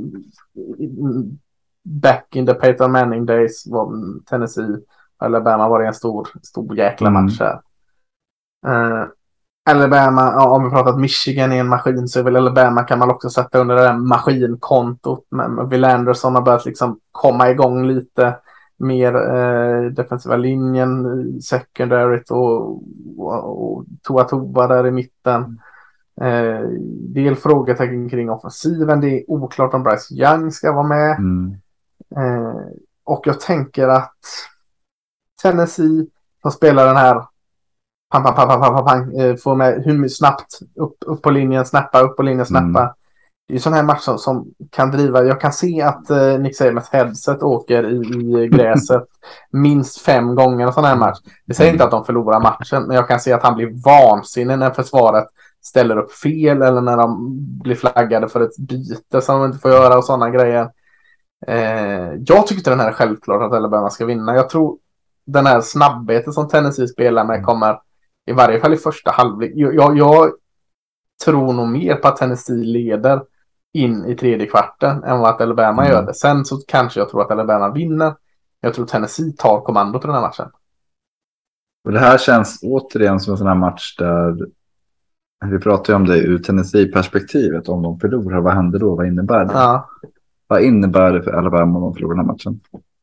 back in the Peyton Manning days var Tennessee och Alabama var det en stor, stor jäkla match här. Eh, Alabama, ja, om vi pratar att Michigan är en maskin, så är väl Alabama kan man också sätta under det där maskinkontot. Men Will Anderson har börjat liksom komma igång lite mer, eh, defensiva linjen, secondaryt och, och, och Tua Tua där i mitten. Eh, del frågetecken kring offensiven. Det är oklart om Bryce Young ska vara med. Mm. Eh, och jag tänker att Tennessee som spelar den här pang, pang, pang, pang, pang, pang, får med hur snabbt upp, upp på linjen, snappa, upp på linjen, snappa. Mm. Det är ju sån här match som, som kan driva. Jag kan se att uh, Nick Sabans headset åker i, i gräset minst fem gånger en sån här match. Det säger inte att de förlorar matchen, men jag kan se att han blir vansinnig när försvaret ställer upp fel eller när de blir flaggade för ett byte som de inte får göra och sådana grejer. Uh, jag tycker inte den här är självklart att Alabama ska vinna. Jag tror den här snabbheten som Tennessee spelar med kommer i varje fall i första halvlek. Jag, jag, jag tror nog mer på att Tennessee leder in i tredje kvarten än vad att Alabama mm. gör det. Sen så kanske jag tror att Alabama vinner. Jag tror Tennessee tar kommando till den här matchen. Och det här känns återigen som en sån här match där vi pratar ju om det ur Tennessee-perspektivet. Om de förlorar, vad händer då? Vad innebär det? Ja. Vad innebär det för Alabama om de förlorar den här matchen?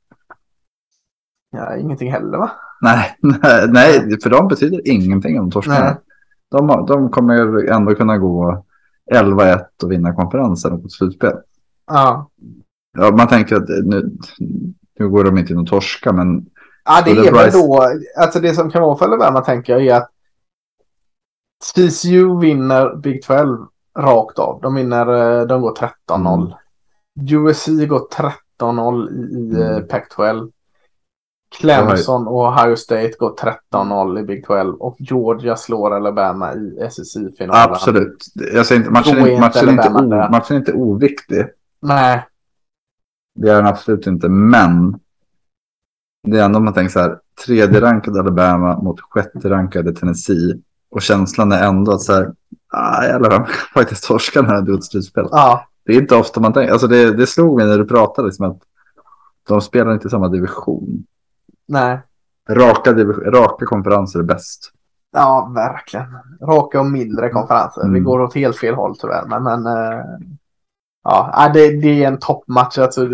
Ja, ingenting heller va? Nej, nej, nej, för dem betyder ingenting om torskarna. De, de kommer ändå kunna gå elva ett och vinna konferensen på ett slutspel. Ja. Ja, man tänker att nu, nu går de inte in och torska, men... Ja, det är väl då... Alltså det som kan vara för Alabama, tänker jag, är att T C U vinner Big tolv rakt av. De vinner, de går tretton noll. Mm. U S C går tretton noll i, i mm. Pac tolv. Clemson och Ohio State går tretton noll i Big tolv och Georgia slår Alabama i S E C-finalen. Absolut. Jag säger inte, matchen, är, matchen, är inte o, matchen är inte oviktig. Nej. Det är den absolut inte, men det är ändå man tänker så här, tredje rankade Alabama mot sjätte rankade Tennessee och känslan är ändå att så här, ah, Alabama faktiskt torskar den här dubbelstridsspelet. Ja. Det är inte ofta man tänker, alltså det, det slog mig när du pratade liksom att de spelar inte i samma division. Nej. Raka, raka konferenser är bäst. Ja, verkligen. Raka och mindre konferenser. Mm. Vi går åt helt fel håll tyvärr. Men, men äh, ja, det, det är en toppmatch. Alltså,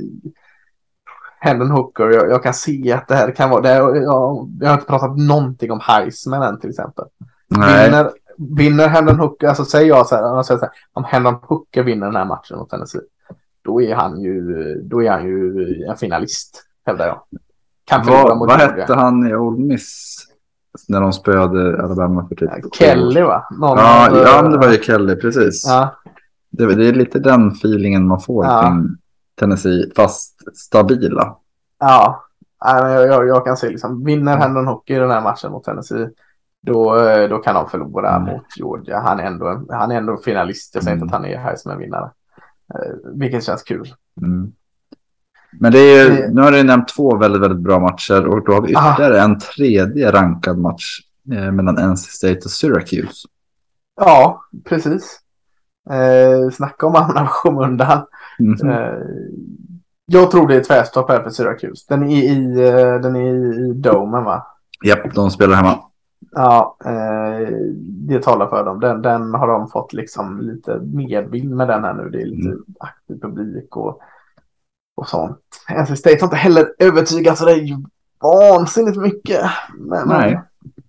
Hendon Hooker. Jag, jag kan se att det här kan vara... Det här, jag, jag har inte pratat någonting om Heisman än till exempel. Nej. Vinner, vinner Hendon Hooker... Alltså säger jag så här, jag säger så här, om Hendon Hooker vinner den här matchen mot Tennessee, då är han ju, då är han ju en finalist, hävdar jag. Vad, vad hette han i Ole Miss när de spöade Alabama för typ ja, Kelly va? Någon ja, av, ja, det var ju Kelly, precis. Ja. Det, det är lite den feelingen man får ja. kring Tennessee, fast stabila. Ja, jag, jag, jag kan se liksom, vinner Hendon Hooker i den här matchen mot Tennessee, då, då kan de förlora mm. mot Georgia. Han är ändå en, han är ändå finalist, jag säger mm. inte att han är Heisman-vinnare. Vilket känns kul. Mm. Men det är, det... nu har du nämnt två väldigt, väldigt bra matcher och då har vi ytterligare Aha. en tredje rankad match eh, mellan N C State och Syracuse. Ja, precis. Eh, snacka om andra skymundan. Mm. Eh, jag tror det är tvärstopp här för Syracuse. Den är i, den är i domen va? Japp, de spelar hemma. Ja, eh, det talar för dem. Den, den har de fått liksom lite medvind med den här nu. Det är lite mm. aktiv publik och och sånt. N C State har inte heller övertygat så det är ju vansinnigt mycket. Men, Nej. Men,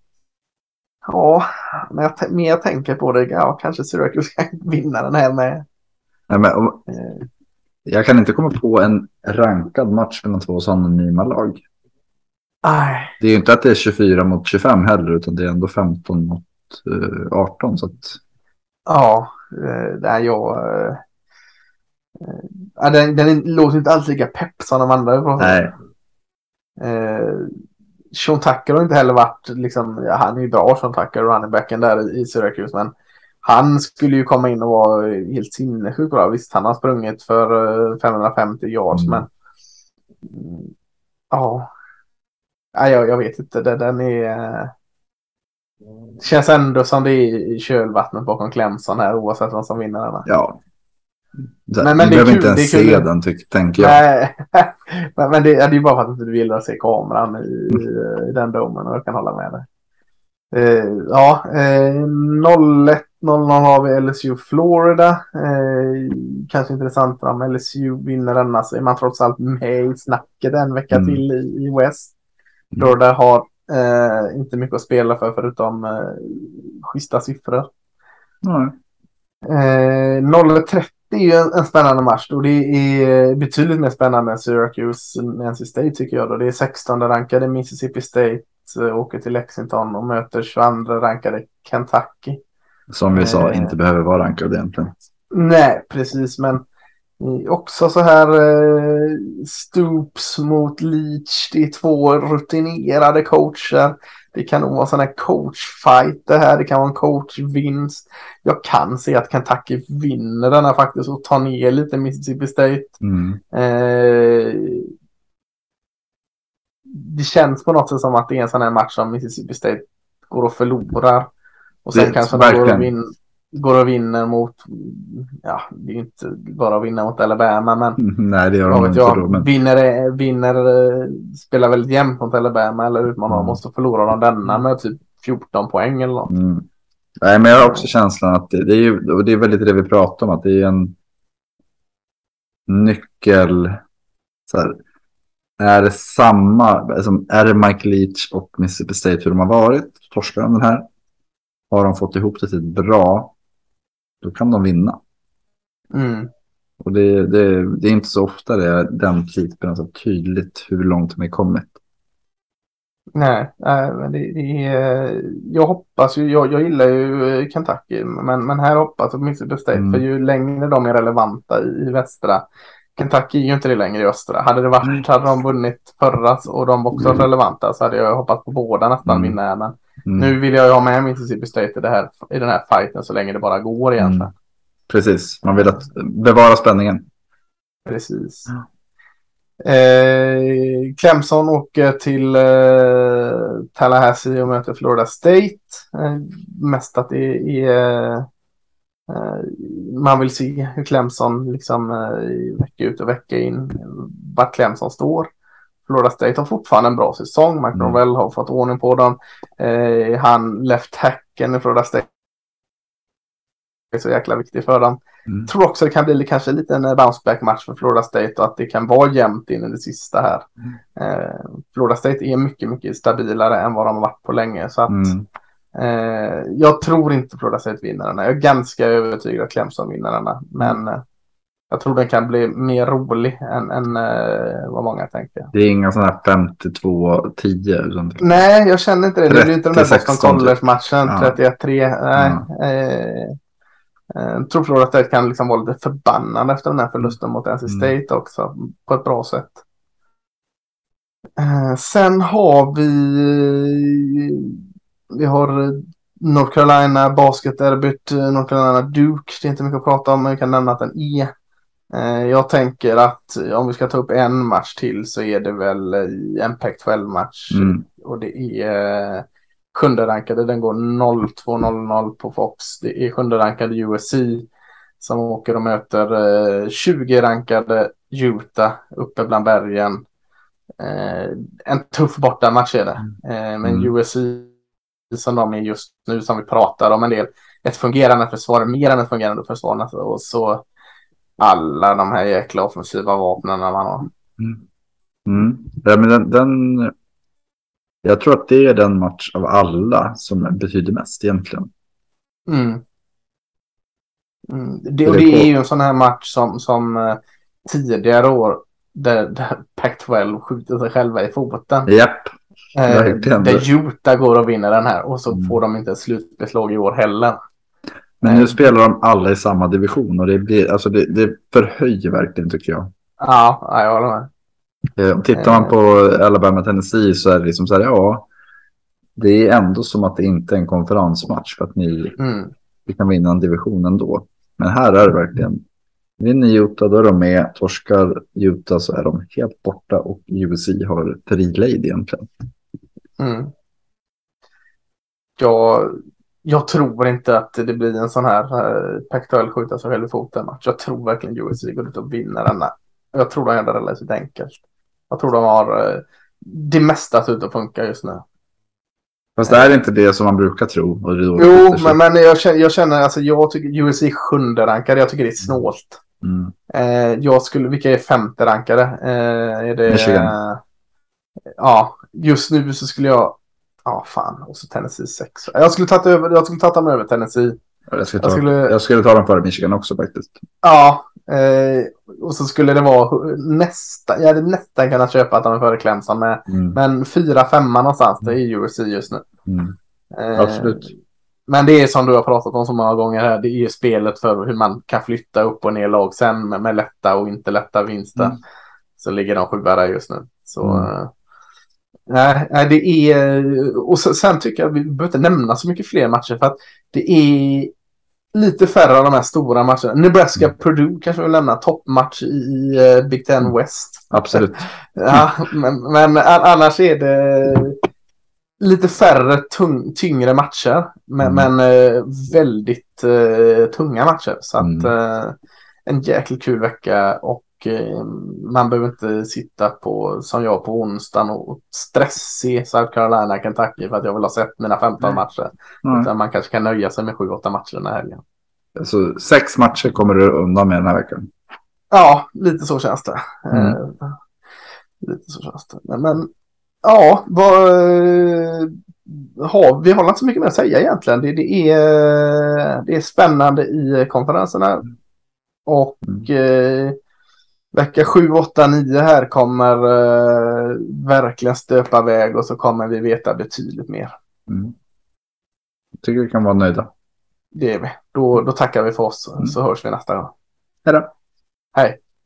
ja, men jag t- mer jag tänker på det, ja, kanske Syracuse kan vinna den här med. Nej, men, om, eh. Jag kan inte komma på en rankad match mellan två anonyma lag. Nej. Det är ju inte att det är tjugofyra mot tjugofem heller, utan det är ändå femton mot uh, arton. Så att... Ja, eh, det är jag... Eh, Ja, den, den låter inte alls lika pepp som de andra. Nej. Eh, Sean Tucker har inte heller varit liksom, ja, han är ju bra Sean Tucker, running backen där i Syracuse, men han skulle ju komma in och vara helt sinnessjuk bra. Visst, han har sprungit för femhundrafemtio yards, mm. men mm, ja, ja jag, jag vet inte, det, den är känns ändå som det är i kölvattnet bakom Clemson här, oavsett vem som vinner den. Ja. Så, men, men du behöver kul, inte ens se den, tyck, tänker jag. Nej, men, men det, det är ju bara för att du vill se kameran i, i den domen, och jag kan hålla med dig. Eh, ja, eh, noll ett noll noll har vi L S U Florida. Eh, kanske intressant om L S U vinner denna, så är man trots allt med i snacket en vecka mm. till i, i West. Florida har eh, inte mycket att spela för förutom eh, schyssta siffror. Mm. Eh, noll trettio är ju en, en spännande match då. Det är betydligt mer spännande än Syracuse N C State tycker jag då. Det är sextonde rankade Mississippi State åker till Lexington och möter tjugoandra rankade Kentucky. Som vi sa, eh, inte behöver vara rankad egentligen. Nej, precis. Men också så här eh, Stoops mot Leach. Det är två rutinerade coacher. Det kan nog vara sån här coachfight det här. Det kan vara en coachvinst. Jag kan se att Kentucky vinner den här faktiskt och tar ner lite Mississippi State. Mm. Eh, det känns på något sätt som att det är en sån här match som Mississippi State går och förlorar. Och sen det, kanske de går och, vin, går och vinner mot, ja, det är inte bara att vinna mot Alabama, men nej, det gör de inte jag, då, men... vinner, vinner, spelar väldigt jämnt mot Alabama eller utmanar mm. måste förlora de denna med typ fjorton poäng eller något. Mm. Nej, men jag har också känslan att det, det är ju, och det är väldigt det vi pratar om, att det är en nyckel så här, är det samma, alltså, är det Mike Leach och Mississippi State hur de har varit, torskar de den här, har de fått ihop det till bra, då kan de vinna. Mm. Och det, det, det är inte så ofta det är den typen, alltså tydligt hur långt de är kommit. Nej, äh, men det, det är, jag hoppas ju, jag, jag gillar ju Kentucky, men, men här hoppas jag Mississippi State, mm. för ju längre de är relevanta i, i västra, Kentucky är ju inte det längre i östra. Hade det varit, mm. hade de vunnit förra och de också mm. relevanta, så hade jag hoppats på båda nästan mm. vinna, men mm. nu vill jag ju ha med Mississippi State i, det här, i den här fighten så länge det bara går egentligen. Mm. Precis, man vill att bevara spänningen. Precis. Mm. Eh, Clemson åker till eh, Tallahassee och möter Florida State. Eh, mest att det är eh, man vill se hur Clemson liksom eh, vecka ut och vecka in vart Clemson står. Florida State har fortfarande en bra säsong. Mike Norvell mm. har fått ordning på dem. Eh, han left tacken i Florida State är så jäkla viktig för dem. Mm. Tror också det kan bli kanske lite en bounceback match för Florida State och att det kan vara jämnt in i det sista här. Mm. Eh, Florida State är mycket, mycket stabilare än vad de har varit på länge. Så att mm. eh, jag tror inte Florida State vinner den. Jag är ganska övertygad att Clemson vinner den. Men mm. eh, jag tror den kan bli mer rolig än, än eh, vad många tänker. Det är inga sådana här femtio-två tio? Nej, jag känner inte det. Det blir inte den där Boston College-matchen. Ja. trettioett tre. Nej. Ja. Eh, Jag tror Florida State kan liksom vara lite förbannad efter den här förlusten mot N C State mm. också på ett bra sätt. Eh, sen har vi vi har North Carolina basketderbyt, North Carolina Duke. Det är inte mycket att prata om, men jag kan nämna att den är. Eh, jag tänker att om vi ska ta upp en match till så är det väl en Pac tolv match mm. och det är sjunde rankade, den går noll två noll noll på Fox. Det är sjunde rankade U S C som åker och möter eh, tjugo rankade Utah uppe bland bergen. Eh, en tuff bortamatch är det. Eh, men mm. U S C som de är just nu som vi pratar om en del. Ett fungerande försvar, mer än ett fungerande försvar. Och så alla de här jäkla offensiva vapnen man har. Mm. Mm. Ja, men den... den... Jag tror att det är den match av alla som betyder mest egentligen. Mm. Mm. Det, och det är ju en sån här match som, som uh, tidigare år där, där Pac tolv skjuter sig själva i foten. Japp. Uh, där Utah går och vinner den här och så mm. får de inte ett slutbeslag i år heller. Men nu spelar de alla i samma division och det blir, alltså det, det förhöjer verkligen tycker jag. Ja, jag håller med. Eh, tittar man på Alabama Tennessee så är det liksom så här, ja, det är ändå som att det inte är en konferensmatch för att ni, mm. vi kan vinna en division ändå. Men här är det verkligen, vinner Utah då är de med, torskar Utah så är de helt borta och U S C har fri lejd egentligen. Mm. Jag, jag tror inte att det blir en sån här uh, Pac tolv skjuta sig själv i foten match. Jag tror verkligen U S C går ut och vinner denna. Jag tror de gör det relativt enkelt. Jag tror de har uh, det mesta att ut och funka just nu. Fast det är inte det som man brukar tro. Och det jo, men, men jag känner, jag känner alltså jag tycker U S C sjunde rankade. Jag tycker det är snålt. Mm. Eh, jag skulle, vilka är femte rankade? Eh, är det, Michigan. Eh, ja, just nu så skulle jag, ja fan, och så Tennessee sex. Jag skulle ta över, jag skulle ta dem över Tennessee. Jag skulle ta, jag skulle, jag skulle ta dem före Michigan också faktiskt. Ja, eh, och så skulle det vara nästa, jag hade nästan kunnat köpa att de är före Clemson med, mm. men fyra, femma någonstans, det är U S C just nu. Mm. Eh, Absolut. Men det är som du har pratat om så många gånger här, det är spelet för hur man kan flytta upp och ner lag sen med, med lätta och inte lätta vinster. Mm. Så ligger de sjua där just nu. Så mm. nej, nej, det är, och sen tycker jag vi behöver inte nämna så mycket fler matcher för att det är lite färre av de här stora matcherna. Nebraska mm. Purdue kanske vill lämna toppmatch i uh, Big Ten West. Absolut. Ja, men, men annars är det lite färre tung, tyngre matcher. Men, mm. men uh, väldigt uh, tunga matcher. Så att mm. uh, en jäkligt kul vecka och uh, man behöver inte sitta på som jag på onsdagen och stressa South Carolina, Kentucky för att jag vill ha sett mina femton mm. matcher. Mm. Utan man kanske kan nöja sig med sju åtta matcher den här helgen. Så sex matcher kommer du undan med den här veckan? Ja, lite så känns det. Mm. Uh, lite så känns det. Men, men ja, vad, uh, har, vi har inte så mycket mer att säga egentligen. Det, det, är, det är spännande i konferenserna. Och mm. uh, vecka sju, åtta, nio här kommer uh, verkligen stöpa väg och så kommer vi veta betydligt mer. Mm. Jag tycker vi kan vara nöjda. Det är vi. Då, då tackar vi för oss, mm. så hörs vi nästa gång. Hej då. Hej.